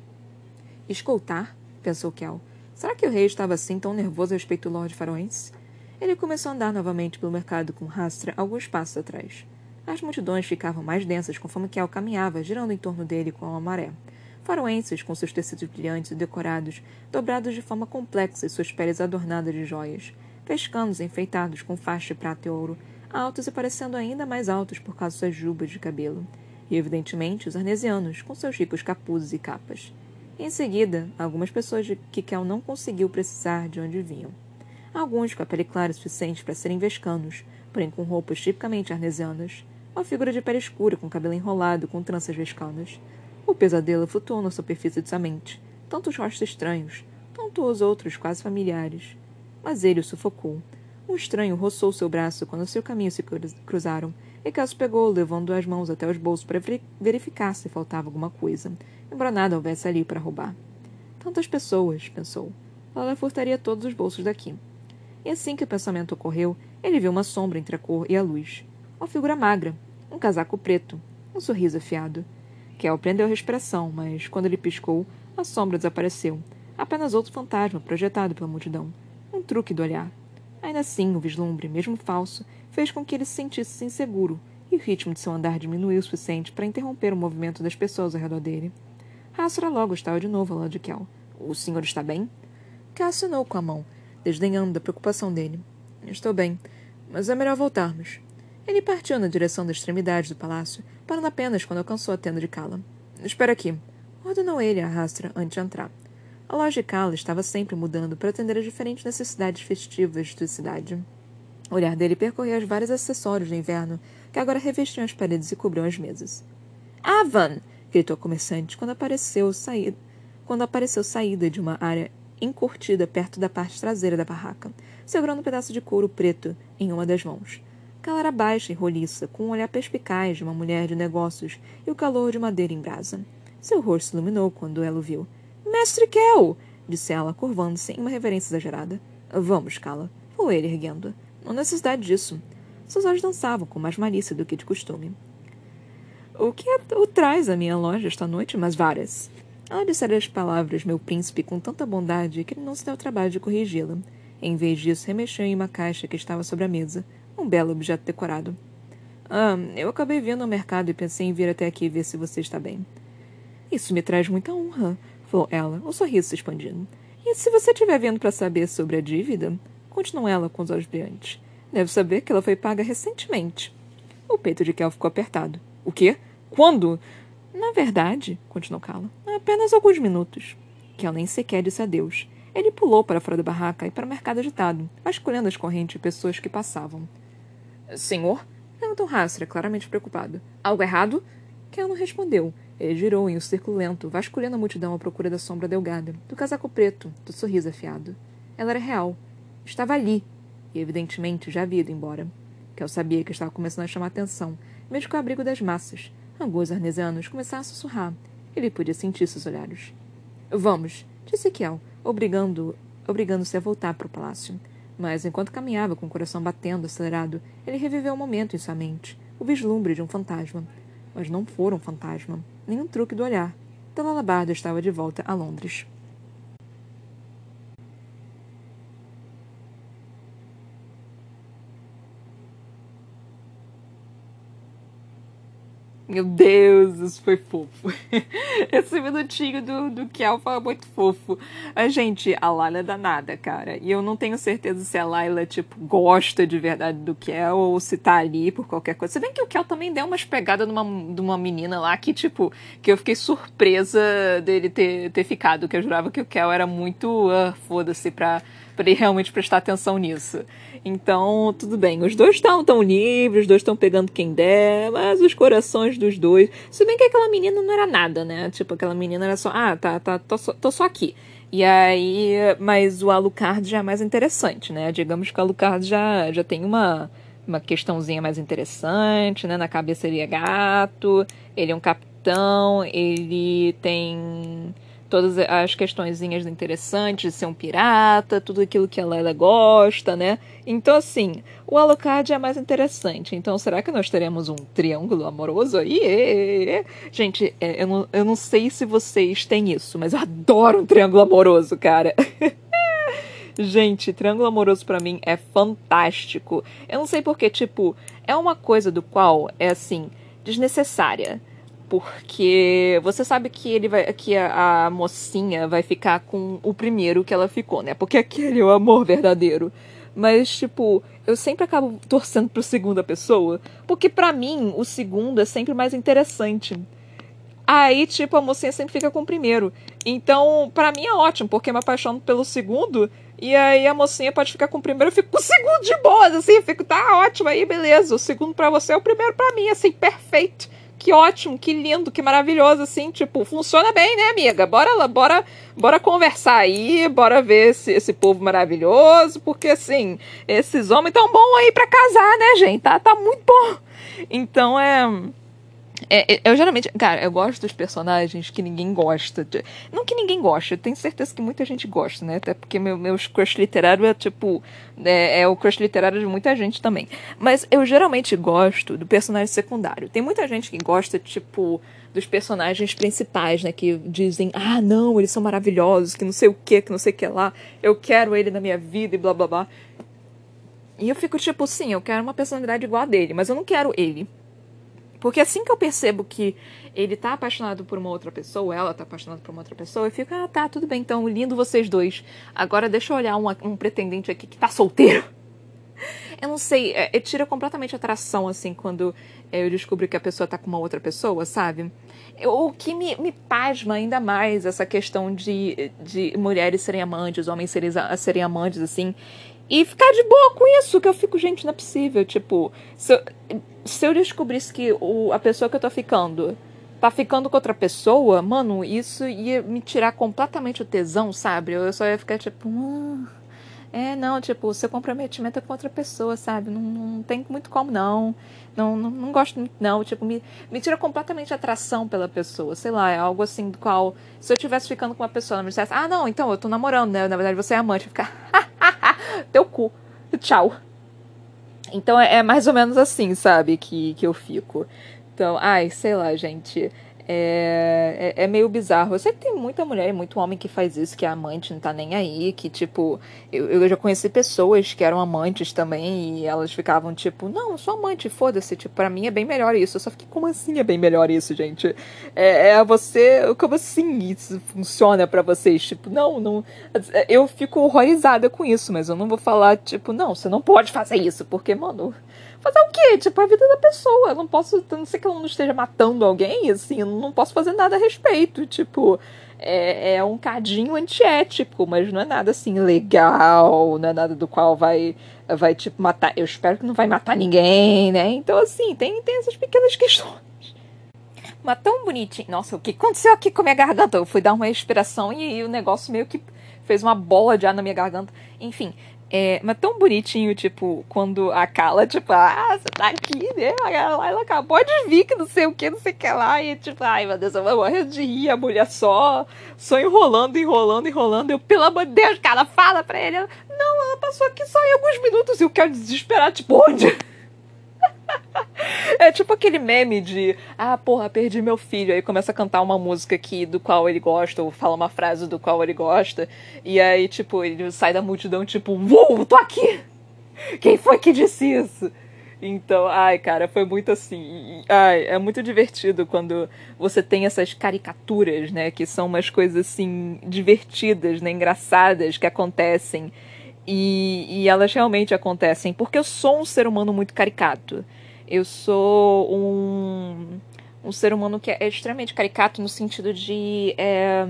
"Escoltar?" pensou Kel. Será que o rei estava assim tão nervoso a respeito do Lord Faroense? Ele começou a andar novamente pelo mercado com Hastra alguns passos atrás. As multidões ficavam mais densas conforme Kel caminhava, girando em torno dele com a maré. Faroenses, com seus tecidos brilhantes e decorados, dobrados de forma complexa e suas peles adornadas de joias. Pescanos enfeitados com faixa de prata e ouro, altos e parecendo ainda mais altos por causa de suas jubas de cabelo. E, evidentemente, os arnesianos, com seus ricos capuzes e capas. Em seguida, algumas pessoas de que Kel não conseguiu precisar de onde vinham. Alguns com a pele clara o suficiente para serem vescanos, porém com roupas tipicamente arnesianas. Uma figura de pele escura com cabelo enrolado com tranças vescanas. O pesadelo flutuou na superfície de sua mente. Tanto os rostos estranhos, tanto os outros quase familiares. Mas ele o sufocou. Um estranho roçou seu braço quando seu caminho se cruzaram, e Cass pegou, levando as mãos até os bolsos para verificar se faltava alguma coisa, embora nada houvesse ali para roubar. Tantas pessoas, pensou. Ela furtaria todos os bolsos daqui. E assim que o pensamento ocorreu, ele viu uma sombra entre a cor e a luz. Uma figura magra, um casaco preto, um sorriso afiado. Kel prendeu a respiração, mas, quando ele piscou, a sombra desapareceu. Apenas outro fantasma projetado pela multidão. Um truque do olhar. Ainda assim, o vislumbre, mesmo falso, fez com que ele se sentisse inseguro, e o ritmo de seu andar diminuiu o suficiente para interromper o movimento das pessoas ao redor dele. Hastra logo estava de novo ao lado de Kel. "O senhor está bem?" Kel assinou com a mão, desdenhando da preocupação dele. "Estou bem, mas é melhor voltarmos." Ele partiu na direção da extremidade do palácio, parando apenas quando alcançou a tenda de Kala. "Espera aqui", ordenou ele a Hastra antes de entrar. A loja de Kala estava sempre mudando para atender às diferentes necessidades festivas da cidade. O olhar dele percorria os vários acessórios de inverno que agora revestiam as paredes e cobriam as mesas. "Avan!" gritou a comerciante quando apareceu, saí... quando apareceu saída de uma área encurtida perto da parte traseira da barraca, segurando um pedaço de couro preto em uma das mãos. Ela era baixa e roliça, com um olhar perspicaz de uma mulher de negócios e o calor de madeira em brasa. Seu rosto se iluminou quando ela o viu. "Mestre Kel!" disse ela, curvando-se em uma reverência exagerada. "Vamos, Kala", falou ele, erguendo. "Não há necessidade disso." Seus olhos dançavam com mais malícia do que de costume. "O que o traz à minha loja esta noite, mas várias?" Ela dissera as palavras meu príncipe com tanta bondade que ele não se deu o trabalho de corrigi-la. Em vez disso, remexeu em uma caixa que estava sobre a mesa. Um belo objeto decorado. Ah, eu acabei vindo ao mercado e pensei em vir até aqui ver se você está bem. Isso me traz muita honra, falou ela, o sorriso se expandindo. E se você estiver vindo para saber sobre a dívida? Continuou ela com os olhos brilhantes. Deve saber que ela foi paga recentemente. O peito de Kel ficou apertado. O quê? Quando? Na verdade, continuou Cala, há apenas alguns minutos. Kel nem sequer disse adeus. Ele pulou para fora da barraca e para o mercado agitado, vasculhando as correntes de pessoas que passavam. Senhor? Perguntou Hasra, claramente preocupado. Algo errado? Kel não respondeu. Ele girou em um círculo lento, vasculhando a multidão à procura da sombra delgada, do casaco preto, do sorriso afiado. Ela era real. Estava ali. E, evidentemente, já havia ido embora. Kel sabia que estava começando a chamar atenção, mesmo com o abrigo das massas. Alguns arnesianos começaram a sussurrar. Ele podia sentir seus olhares. Vamos, disse Kel, obrigando, obrigando-se a voltar para o palácio. Mas, enquanto caminhava com o coração batendo acelerado, ele reviveu um momento em sua mente, o vislumbre de um fantasma. Mas não fora um fantasma, nem um truque do olhar. Talalabarda estava de volta a Londres. Meu Deus, isso foi fofo. Esse minutinho do, do Kel foi muito fofo. A gente, a Layla é danada, cara. E eu não tenho certeza se a Layla, tipo, gosta de verdade do Kel ou se tá ali por qualquer coisa. Se bem que o Kel também deu umas pegadas numa, de uma menina lá que, tipo, que eu fiquei surpresa dele ter, ter ficado. Que eu jurava que o Kel era muito, uh, foda-se, pra, pra ele realmente prestar atenção nisso. Então, tudo bem. Os dois estão tão livres, os dois estão pegando quem der, mas os corações dos dois... Se bem que aquela menina não era nada, né? Tipo, aquela menina era só... Ah, tá, tá, tô só, tô só aqui. E aí... Mas o Alucard já é mais interessante, né? Digamos que o Alucard já, já tem uma, uma questãozinha mais interessante, né? Na cabeça ele é gato, ele é um capitão, ele tem... todas as questõezinhas interessantes de ser um pirata, tudo aquilo que a Layla gosta, né? Então, assim, o Alucard é mais interessante. Então, será que nós teremos um triângulo amoroso aí? Gente, é, eu, não, eu não sei se vocês têm isso, mas eu adoro um triângulo amoroso, cara. Gente, triângulo amoroso pra mim é fantástico. Eu não sei porque, tipo, é uma coisa do qual é, assim, desnecessária. Porque você sabe que ele vai, que a, a mocinha vai ficar com o primeiro que ela ficou, né? Porque aquele é o amor verdadeiro. Mas, tipo, eu sempre acabo torcendo pro segunda pessoa. Porque pra mim, o segundo é sempre mais interessante. Aí, tipo, a mocinha sempre fica com o primeiro. Então, pra mim é ótimo, porque eu me apaixono pelo segundo. E aí a mocinha pode ficar com o primeiro, eu fico com o segundo de boas, assim. Eu fico, tá ótimo, aí beleza. O segundo pra você é o primeiro pra mim, assim, perfeito. Que ótimo, que lindo, que maravilhoso, assim, tipo, funciona bem, né, amiga? Bora lá, bora, bora conversar aí, bora ver esse, esse povo maravilhoso, porque, assim, esses homens tão bons aí pra casar, né, gente? Tá, tá muito bom. Então, é... É, é, eu geralmente, cara, eu gosto dos personagens que ninguém gosta. De, não que ninguém gosta, eu tenho certeza que muita gente gosta, né? Até porque meu, meus crush literário é tipo. É, é o crush literário de muita gente também. Mas eu geralmente gosto do personagem secundário. Tem muita gente que gosta, tipo, dos personagens principais, né? Que dizem, ah, não, eles são maravilhosos, que não sei o que, que não sei o que lá, eu quero ele na minha vida e blá blá blá. E eu fico tipo, sim, eu quero uma personalidade igual a dele, mas eu não quero ele. Porque assim que eu percebo que ele tá apaixonado por uma outra pessoa, ela tá apaixonada por uma outra pessoa, eu fico, ah, tá, tudo bem, então, lindo vocês dois. Agora deixa eu olhar um, um pretendente aqui que tá solteiro. Eu não sei, é, é, tira completamente a atração, assim, quando é, eu descubro que a pessoa tá com uma outra pessoa, sabe? Eu, o que me, me pasma ainda mais essa questão de, de mulheres serem amantes, homens serem, serem amantes, assim... E ficar de boa com isso, que eu fico, gente, não é possível. Tipo, se eu, se eu descobrisse que o, a pessoa que eu tô ficando tá ficando com outra pessoa, mano, isso ia me tirar completamente o tesão, sabe? Eu só ia ficar tipo, hum, é, não, tipo, seu comprometimento é com outra pessoa, sabe? Não, não tem muito como, não. Não, não, não gosto muito, não. Tipo, me, me tira completamente a atração pela pessoa. Sei lá, é algo assim do qual... Se eu estivesse ficando com uma pessoa, ela me dissesse, ah, não, então, eu tô namorando, né? Na verdade, você é amante. Eu ia ficar, teu cu. Tchau. Então, é, é mais ou menos assim, sabe? Que, que eu fico. Então, ai, sei lá, gente... É, é, é meio bizarro. Eu sei que tem muita mulher e muito homem que faz isso, que é amante, não tá nem aí, que, tipo, eu, eu já conheci pessoas que eram amantes também e elas ficavam, tipo, não, eu sou amante, foda-se, tipo, pra mim é bem melhor isso. Eu só fiquei, como assim é bem melhor isso, gente? É, é você, como assim isso funciona pra vocês? Tipo, não, não, eu fico horrorizada com isso, mas eu não vou falar, tipo, não, você não pode fazer isso, porque, mano... Fazer o quê? Tipo, a vida da pessoa. Eu não posso, a não ser que ela não esteja matando alguém, assim, eu não posso fazer nada a respeito. Tipo, é, é um cadinho antiético, mas não é nada, assim, legal, não é nada do qual vai, vai tipo, matar. Eu espero que não vai matar ninguém, né? Então, assim, tem, tem essas pequenas questões. Mas tão bonitinho. Nossa, o que aconteceu aqui com a minha garganta? Eu fui dar uma respiração e, e o negócio meio que fez uma bola de ar na minha garganta. Enfim, é, mas tão bonitinho, tipo, quando a Kala, tipo, ah, você tá aqui, né? Ela, ela acabou de vir, que não sei o que, não sei o que lá. E tipo, ai meu Deus, eu vou morrer de rir. A mulher só, só enrolando, enrolando, enrolando. Eu, pelo amor de Deus, cara, fala pra ele. Ela, não, ela passou aqui só em alguns minutos e eu quero desesperar, tipo, onde? É tipo aquele meme de, ah, porra, perdi meu filho. Aí começa a cantar uma música aqui do qual ele gosta, ou fala uma frase do qual ele gosta. E aí, tipo, ele sai da multidão, tipo, uou, tô aqui! Quem foi que disse isso? Então, ai, cara, foi muito assim. Ai, é muito divertido quando você tem essas caricaturas, né? Que são umas coisas assim, divertidas, né? Engraçadas que acontecem. E, e elas realmente acontecem. Porque eu sou um ser humano muito caricato. Eu sou um, um ser humano que é extremamente caricato no sentido de. É,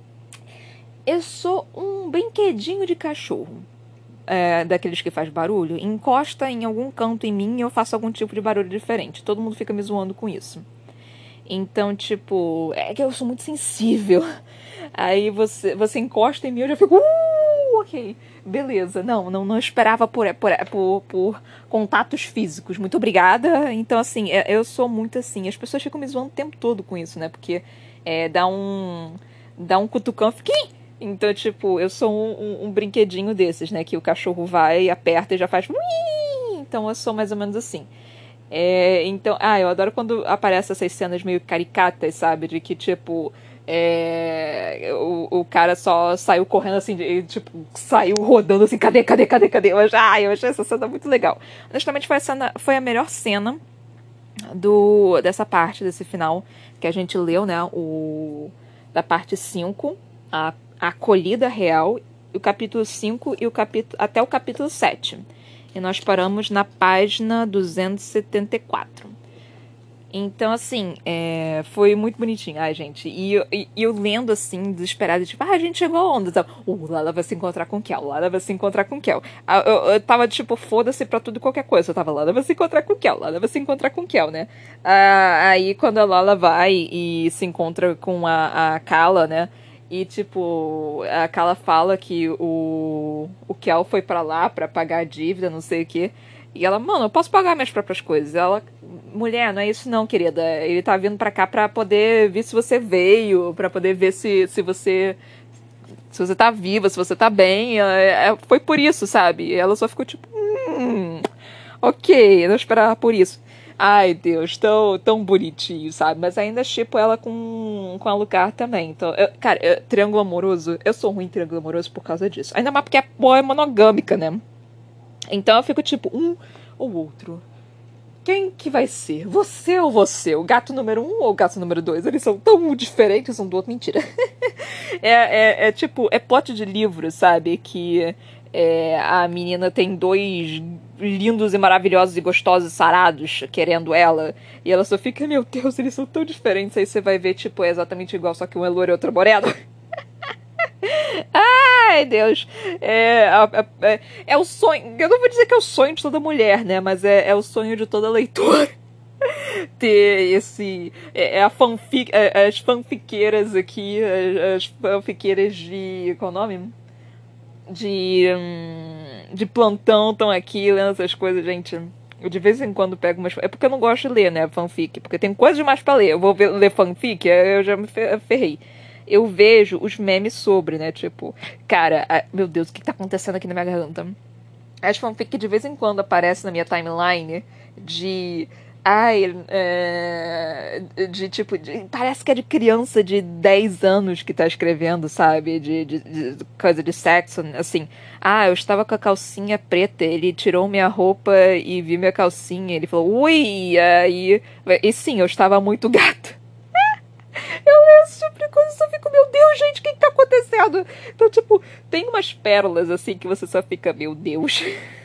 eu sou um brinquedinho de cachorro. É, daqueles que faz barulho. Encosta em algum canto em mim e eu faço algum tipo de barulho diferente. Todo mundo fica me zoando com isso. Então, tipo, é que eu sou muito sensível. Aí você, você encosta em mim e eu já fico. Uh, ok, beleza. Não, não, não esperava por, por, por, por contatos físicos. Muito obrigada. Então, assim, eu sou muito assim. As pessoas ficam me zoando o tempo todo com isso, né? Porque é, dá um. Dá um cutucão, fica. Então, tipo, eu sou um, um, um brinquedinho desses, né? Que o cachorro vai, aperta e já faz. Então eu sou mais ou menos assim. É, então, ah, eu adoro quando aparecem essas cenas meio caricatas, sabe? De que, tipo, é, o, o cara só saiu correndo assim, de, tipo, saiu rodando assim, cadê, cadê, cadê, cadê? Eu, ah, eu achei essa cena muito legal. Honestamente, foi a, cena, foi a melhor cena do, dessa parte, desse final, que a gente leu, né? O, da parte cinco, a, a acolhida real, o capítulo cinco e o capítulo, até o capítulo sete. E nós paramos na página duzentos e setenta e quatro. Então, assim, é, foi muito bonitinho. Ai, gente, e eu, e eu lendo, assim, desesperada, tipo, ah, a gente chegou aonde? O uh, Lala vai se encontrar com o Kel, Lala vai se encontrar com o Kel. Eu, eu, eu tava, tipo, foda-se pra tudo e qualquer coisa. Eu tava, Lala vai se encontrar com o Kel, Lala vai se encontrar com o Kel, né? Ah, aí, quando a Lala vai e se encontra com a, a Kala, né? E, tipo, a Kala fala que o, o Kel foi pra lá pra pagar a dívida, não sei o quê. E ela, mano, eu posso pagar minhas próprias coisas. Ela, mulher, não é isso não, querida. Ele tá vindo pra cá pra poder ver se você veio, pra poder ver se, se você... Se você tá viva, se você tá bem. É, é, foi por isso, sabe? Ela só ficou tipo, hum, ok, eu não esperava por isso. Ai, Deus, tão, tão bonitinho, sabe? Mas ainda chipo ela com, com a Alucard também. Então, eu, cara, eu, triângulo amoroso, eu sou ruim em triângulo amoroso por causa disso. Ainda mais porque a porra é monogâmica, né? Então eu fico tipo, um ou outro. Quem que vai ser? Você ou você? O gato número um ou o gato número dois? Eles são tão diferentes um do outro. Mentira. é, é, é tipo, é plot de livro, sabe? Que é, a menina tem dois lindos e maravilhosos e gostosos sarados querendo ela. E ela só fica, meu Deus, eles são tão diferentes. Aí você vai ver, tipo, é exatamente igual, só que um é loiro e outro é moreno. Ai, Deus. É, é, é, é o sonho. Eu não vou dizer que é o sonho de toda mulher, né? Mas é, é o sonho de toda leitora. Ter esse. É, é a fanfic. É, as fanfiqueiras aqui. As, as fanfiqueiras de. Qual é o nome? De. Hum, de plantão estão aqui lendo essas coisas, gente. Eu de vez em quando pego umas. É porque eu não gosto de ler, né? Fanfic. Porque tem coisa demais pra ler. Eu vou ver, ler fanfic, eu já me ferrei. Eu vejo os memes sobre, né? Tipo, cara, a, meu Deus, o que tá acontecendo aqui na minha garganta? As fanfic que de vez em quando aparecem na minha timeline de Ai, é, de tipo, de, parece que é de criança de dez anos que tá escrevendo, sabe? De, de, de coisa de sexo, assim. Ah, eu estava com a calcinha preta, ele tirou minha roupa e viu minha calcinha, ele falou, ui, e aí. E sim, eu estava muito gato. Eu leio esse tipo de coisa e só fico, meu Deus, gente, o que, que tá acontecendo? Então, tipo, tem umas pérolas assim que você só fica, meu Deus.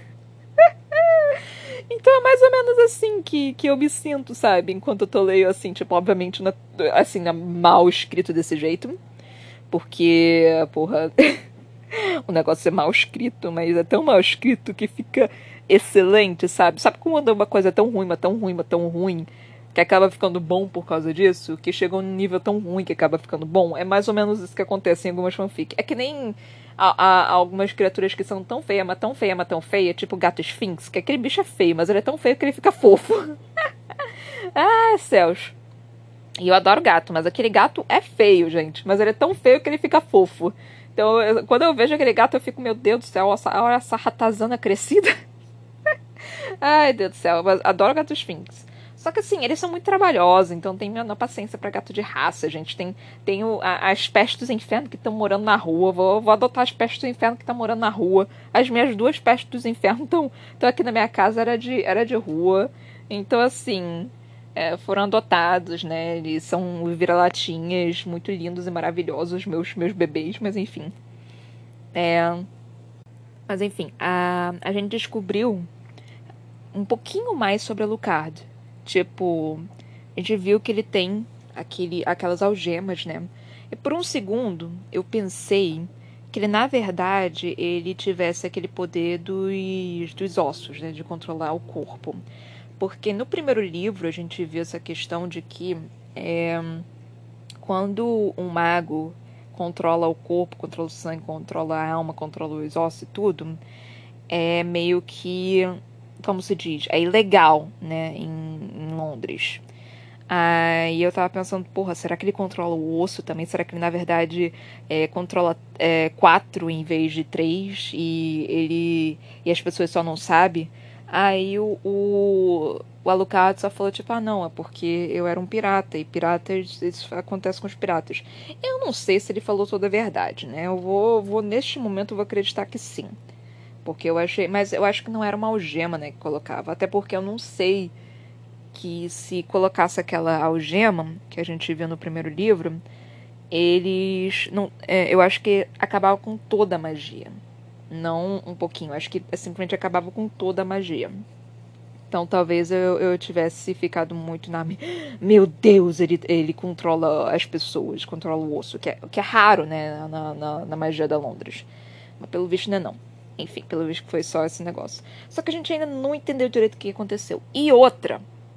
Então é mais ou menos assim que, que eu me sinto, sabe? Enquanto eu tô leio, assim, tipo, obviamente, na, assim, na, mal escrito desse jeito. Porque, porra, o negócio é mal escrito, mas é tão mal escrito que fica excelente, sabe? Sabe quando uma coisa é tão ruim, mas tão ruim, mas tão ruim, que acaba ficando bom por causa disso? Que chega a um nível tão ruim que acaba ficando bom? É mais ou menos isso que acontece em algumas fanfic. É que nem há, há algumas criaturas que são tão feias, mas tão feia, mas tão feia, tipo o gato Sphinx, que aquele bicho é feio, mas ele é tão feio que ele fica fofo. Ah, céus. E eu adoro gato, mas aquele gato é feio, gente. Mas ele é tão feio que ele fica fofo. Então, eu, quando eu vejo aquele gato, eu fico, meu Deus do céu, olha essa ratazana crescida. Ai, Deus do céu, eu adoro gato Sphinx. Só que assim, eles são muito trabalhosos, então tem menor paciência pra gato de raça, gente. Tem, tem o, a, as pestes dos infernos que estão morando na rua. Vou, vou adotar as pestes do inferno que estão morando na rua. As minhas duas pestes dos infernos estão aqui na minha casa, era de, era de rua. Então, assim, é, foram adotados, né? Eles são vira-latinhas muito lindos e maravilhosos, meus, meus bebês, mas enfim. É, mas enfim, a, a gente descobriu um pouquinho mais sobre a Alucard. Tipo, a gente viu que ele tem aquele, aquelas algemas, né? E por um segundo eu pensei que ele, na verdade, ele tivesse aquele poder dos, dos ossos, né? De controlar o corpo. Porque no primeiro livro a gente viu essa questão de que é, quando um mago controla o corpo, controla o sangue, controla a alma, controla os ossos e tudo, é meio que, como se diz, é ilegal, né, em, em Londres. Aí eu tava pensando, porra, será que ele controla o osso também? Será que ele, na verdade, é, controla é, quatro em vez de três e ele e as pessoas só não sabem? Aí o, o, o Alucard só falou, tipo, ah, não, é porque eu era um pirata, e piratas, isso acontece com os piratas. Eu não sei se ele falou toda a verdade, né? Eu vou, vou neste momento, eu vou acreditar que sim. Porque eu achei. Mas eu acho que não era uma algema, né, que colocava. Até porque eu não sei que se colocasse aquela algema que a gente viu no primeiro livro, eles. Não, é, eu acho que acabava com toda a magia. Não um pouquinho. Eu acho que simplesmente acabava com toda a magia. Então talvez eu, eu tivesse ficado muito na. Meu Deus, ele, ele controla as pessoas, controla o osso. Que é, que é raro, né, na, na, na magia da Londres. Mas pelo visto não é não. Enfim, pelo visto foi só esse negócio. Só que a gente ainda não entendeu direito o que aconteceu. E outra.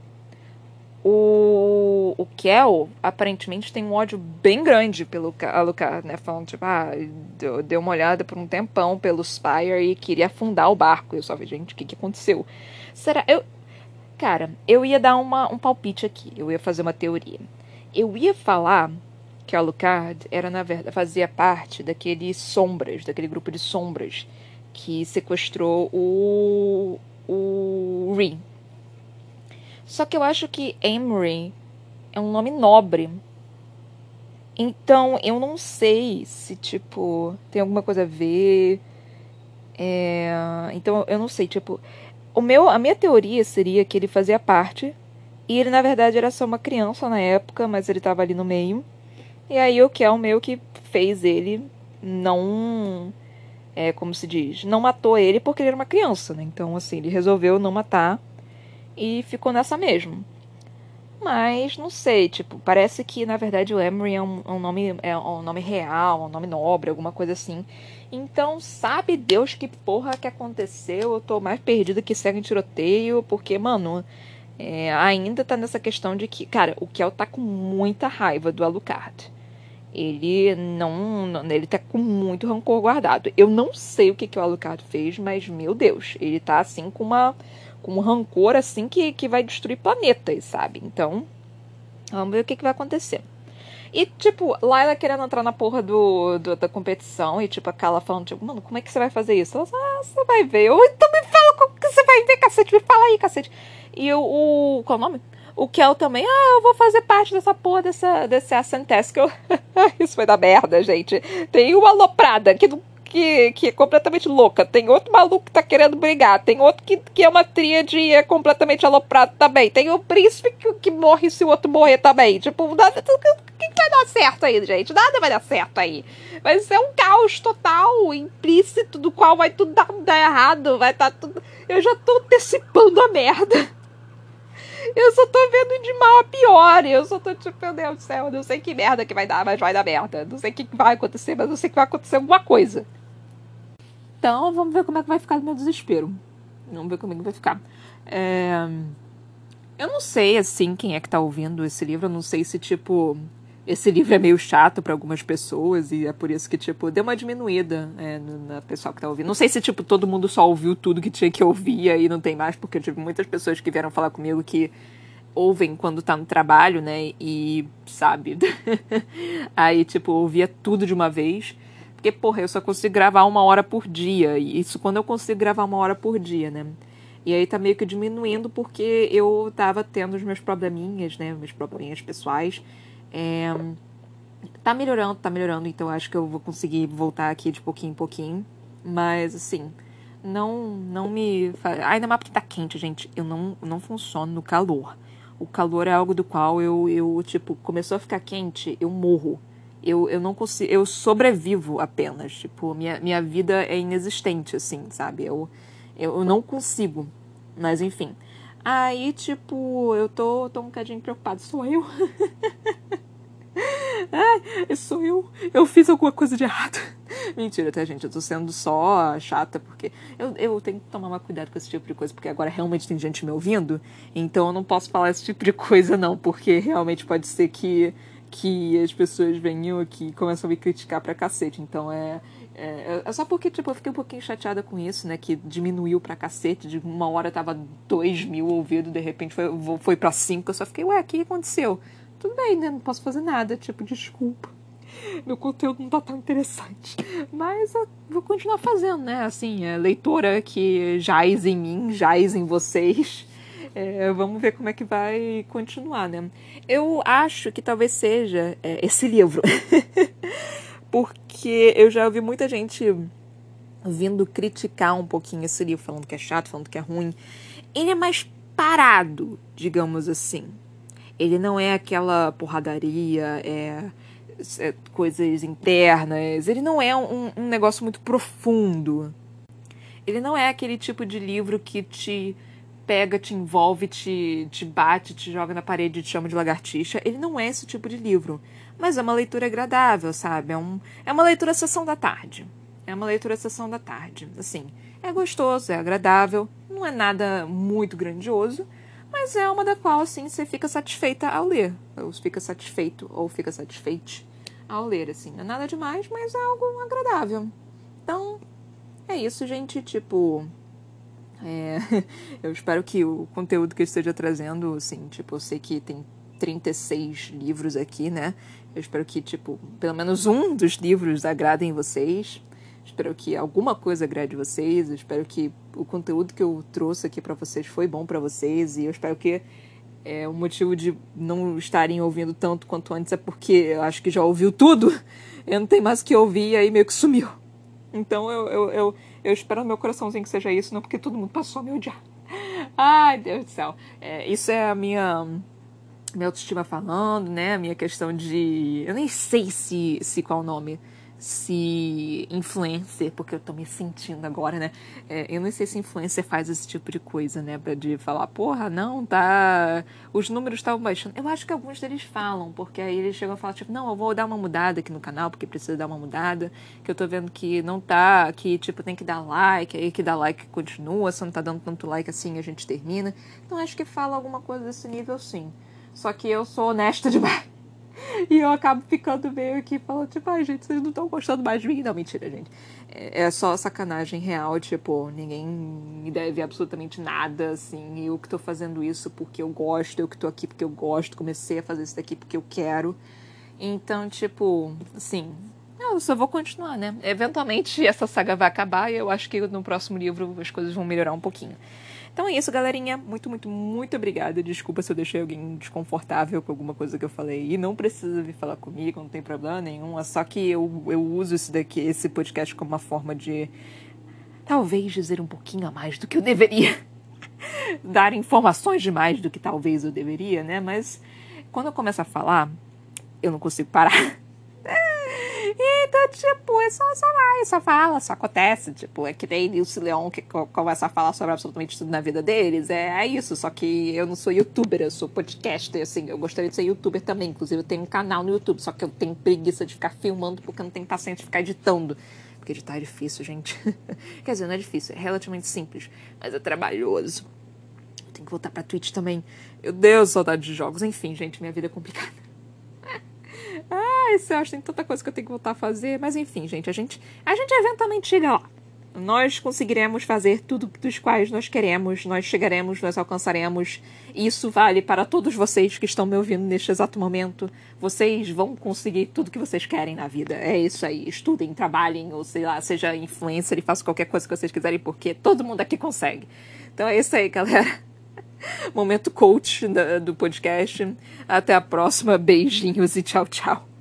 O, o Kel, aparentemente, tem um ódio bem grande pelo Alucard, né? Falando, tipo, ah, deu, deu uma olhada por um tempão pelo Spire e queria afundar o barco. Eu só vi, gente, o que, que aconteceu? Será? Eu. Cara, eu ia dar uma, um palpite aqui. Eu ia fazer uma teoria. Eu ia falar que o Alucard era, na verdade, fazia parte daqueles sombras, daquele grupo de sombras que sequestrou o. o Ree. Só que eu acho que Amory é um nome nobre. Então, eu não sei se, tipo, tem alguma coisa a ver. É... Então, eu não sei, tipo... O meu, a minha teoria seria que ele fazia parte. E ele, na verdade, era só uma criança na época, mas ele tava ali no meio. E aí o Kel meio que fez ele não... É, como se diz? Não matou ele porque ele era uma criança, né? Então, assim, ele resolveu não matar. E ficou nessa mesmo. Mas, não sei, tipo, parece que, na verdade, o Emery é um, um, nome, é um nome real, um nome nobre, alguma coisa assim. Então, sabe Deus que porra que aconteceu? Eu tô mais perdida que cego em tiroteio, porque, mano, é, ainda tá nessa questão de que, cara, o Kel tá com muita raiva do Alucard. Ele não, não. Ele tá com muito rancor guardado. Eu não sei o que, que o Alucard fez, mas, meu Deus, ele tá assim com uma. Com um rancor assim que, que vai destruir planetas, sabe? Então, vamos ver o que, que vai acontecer. E, tipo, Layla querendo entrar na porra do, do, da competição e, tipo, a Kala falando, tipo, mano, como é que você vai fazer isso? Ela fala, ah, você vai ver. Eu, então me fala como que você vai ver, cacete, me fala aí, cacete. E o, o qual é o nome? O Kel também, ah, eu vou fazer parte dessa porra, dessa, desse Ascentacial. Isso foi da merda, gente. Tem uma aloprada que, que, que é completamente louca. Tem outro maluco que tá querendo brigar. Tem outro que, que é uma tríade e é completamente aloprado também. Tem o príncipe que, que morre se o outro morrer também. Tipo, nada, o que, que vai dar certo aí, gente? Nada vai dar certo aí. Vai ser um caos total, implícito, do qual vai tudo dar, dar errado. Vai estar tá tudo... Eu já tô antecipando a merda. Eu só tô vendo de mal a pior. Eu só tô tipo, meu Deus do céu, eu não sei que merda que vai dar, mas vai dar merda. Não sei o que vai acontecer, mas eu sei que vai acontecer alguma coisa. Então, vamos ver como é que vai ficar o meu desespero. Vamos ver como é que vai ficar. É... Eu não sei, assim, quem é que tá ouvindo esse livro. Eu não sei se, tipo... Esse livro é meio chato pra algumas pessoas e é por isso que, tipo, deu uma diminuída é, na pessoal que tá ouvindo. Não sei se, tipo, todo mundo só ouviu tudo que tinha que ouvir e aí não tem mais, porque eu tive muitas pessoas que vieram falar comigo que ouvem quando tá no trabalho, né, e, sabe, aí, tipo, ouvia tudo de uma vez, porque, porra, eu só consigo gravar uma hora por dia, e isso quando eu consigo gravar uma hora por dia, né. E aí tá meio que diminuindo porque eu tava tendo os meus probleminhas, né, meus probleminhas pessoais. É, tá melhorando, tá melhorando, então acho que eu vou conseguir voltar aqui de pouquinho em pouquinho. Mas, assim, não, não me... Faz... Ainda mais porque tá quente, gente. Eu não, não funciono no calor. O calor é algo do qual eu, eu tipo, começou a ficar quente, eu morro. Eu, eu não consigo... Eu sobrevivo apenas. Tipo, minha, minha vida é inexistente, assim, sabe? Eu, eu, eu não consigo. Mas, enfim. Aí, tipo, eu tô, tô um bocadinho preocupada. Sou eu? Ai, sou eu. Eu fiz alguma coisa de errado. Mentira, tá, gente? Eu tô sendo só chata, porque eu, eu tenho que tomar mais cuidado com esse tipo de coisa, porque agora realmente tem gente me ouvindo, então eu não posso falar esse tipo de coisa, não, porque realmente pode ser que, que as pessoas venham aqui e começam a me criticar pra cacete. Então é, é... É só porque, tipo, eu fiquei um pouquinho chateada com isso, né? Que diminuiu pra cacete. De uma hora tava dois mil ouvidos, de repente foi, foi pra cinco. Eu só fiquei, ué, o que aconteceu? Tudo bem, né? Não posso fazer nada, tipo, desculpa. Meu conteúdo não tá tão interessante. Mas eu vou continuar fazendo, né? Assim, é, leitora que jaz em mim, jaz em vocês. É, vamos ver como é que vai continuar, né? Eu acho que talvez seja é, esse livro. Porque eu já ouvi muita gente vindo criticar um pouquinho esse livro, falando que é chato, falando que é ruim. Ele é mais parado, digamos assim. Ele não é aquela porradaria, é, é coisas internas. Ele não é um, um negócio muito profundo. Ele não é aquele tipo de livro que te pega, te envolve, te, te bate, te joga na parede e te chama de lagartixa. Ele não é esse tipo de livro. Mas é uma leitura agradável, sabe? É, um, é uma leitura sessão da tarde. É uma leitura sessão da tarde. Assim, é gostoso, é agradável. Não é nada muito grandioso. Mas é uma da qual, assim, você fica satisfeita ao ler. Ou fica satisfeito, ou fica satisfeite ao ler, assim. Não é nada demais, mas é algo agradável. Então, é isso, gente. Tipo, é... eu espero que o conteúdo que eu esteja trazendo, assim, tipo, eu sei que tem trinta e seis livros aqui, né? Eu espero que, tipo, pelo menos um dos livros agradem vocês. Espero que alguma coisa agrade vocês. Eu espero que o conteúdo que eu trouxe aqui pra vocês foi bom pra vocês. E eu espero que é, o motivo de não estarem ouvindo tanto quanto antes é porque eu acho que já ouviu tudo. Eu não tenho mais o que ouvir e aí meio que sumiu. Então eu, eu, eu, eu espero no meu coraçãozinho que seja isso, não porque todo mundo passou a me odiar. Ai, Deus do céu. É, isso é a minha... minha autoestima falando, né? A minha questão de... Eu nem sei se, se qual o nome... se influencer, porque eu tô me sentindo agora, né? É, eu não sei se influencer faz esse tipo de coisa, né? Pra de falar, porra, não, tá... Os números estavam baixando. Eu acho que alguns deles falam, porque aí eles chegam a falar, tipo, não, eu vou dar uma mudada aqui no canal, porque precisa dar uma mudada, que eu tô vendo que não tá, que, tipo, tem que dar like, aí que dá like continua, se não tá dando tanto like assim, a gente termina. Então acho que fala alguma coisa desse nível, sim. Só que eu sou honesta demais. E eu acabo ficando meio que falando, tipo, ai, gente, vocês não estão gostando mais de mim. Não, mentira, gente. É, é só sacanagem real, tipo, ninguém me deve absolutamente nada, assim. Eu que tô fazendo isso porque eu gosto, eu que tô aqui porque eu gosto, comecei a fazer isso daqui porque eu quero. Então, tipo, assim, eu só vou continuar, né? Eventualmente essa saga vai acabar e eu acho que no próximo livro as coisas vão melhorar um pouquinho. Então é isso, galerinha. Muito, muito, muito obrigada. Desculpa se eu deixei alguém desconfortável com alguma coisa que eu falei. E não precisa vir falar comigo, não tem problema nenhum. É só que eu, eu uso isso daqui, esse podcast como uma forma de talvez dizer um pouquinho a mais do que eu deveria. Dar informações demais do que talvez eu deveria, né? Mas quando eu começo a falar, eu não consigo parar. Então, tipo, é só, só vai, só fala, só acontece. Tipo, é que nem Nilce Leon que começa a falar sobre absolutamente tudo na vida deles. É, é isso, só que eu não sou youtuber, eu sou podcaster, assim. Eu gostaria de ser youtuber também, inclusive eu tenho um canal no YouTube, só que eu tenho preguiça de ficar filmando porque eu não tenho paciência de ficar editando. Porque editar é difícil, gente. Quer dizer, não é difícil, é relativamente simples, mas é trabalhoso. Eu tenho que voltar pra Twitch também. Meu Deus, saudade de jogos. Enfim, gente, minha vida é complicada. Ai, Celso, tem tanta coisa que eu tenho que voltar a fazer. Mas enfim, gente, a gente, a gente eventualmente chega lá. Nós conseguiremos fazer tudo dos quais nós queremos. Nós chegaremos, nós alcançaremos. E isso vale para todos vocês que estão me ouvindo neste exato momento. Vocês vão conseguir tudo que vocês querem na vida. É isso aí. Estudem, trabalhem, ou sei lá, seja influencer e façam qualquer coisa que vocês quiserem, porque todo mundo aqui consegue. Então é isso aí, galera. Momento coach do podcast. Até a próxima. Beijinhos e tchau, tchau.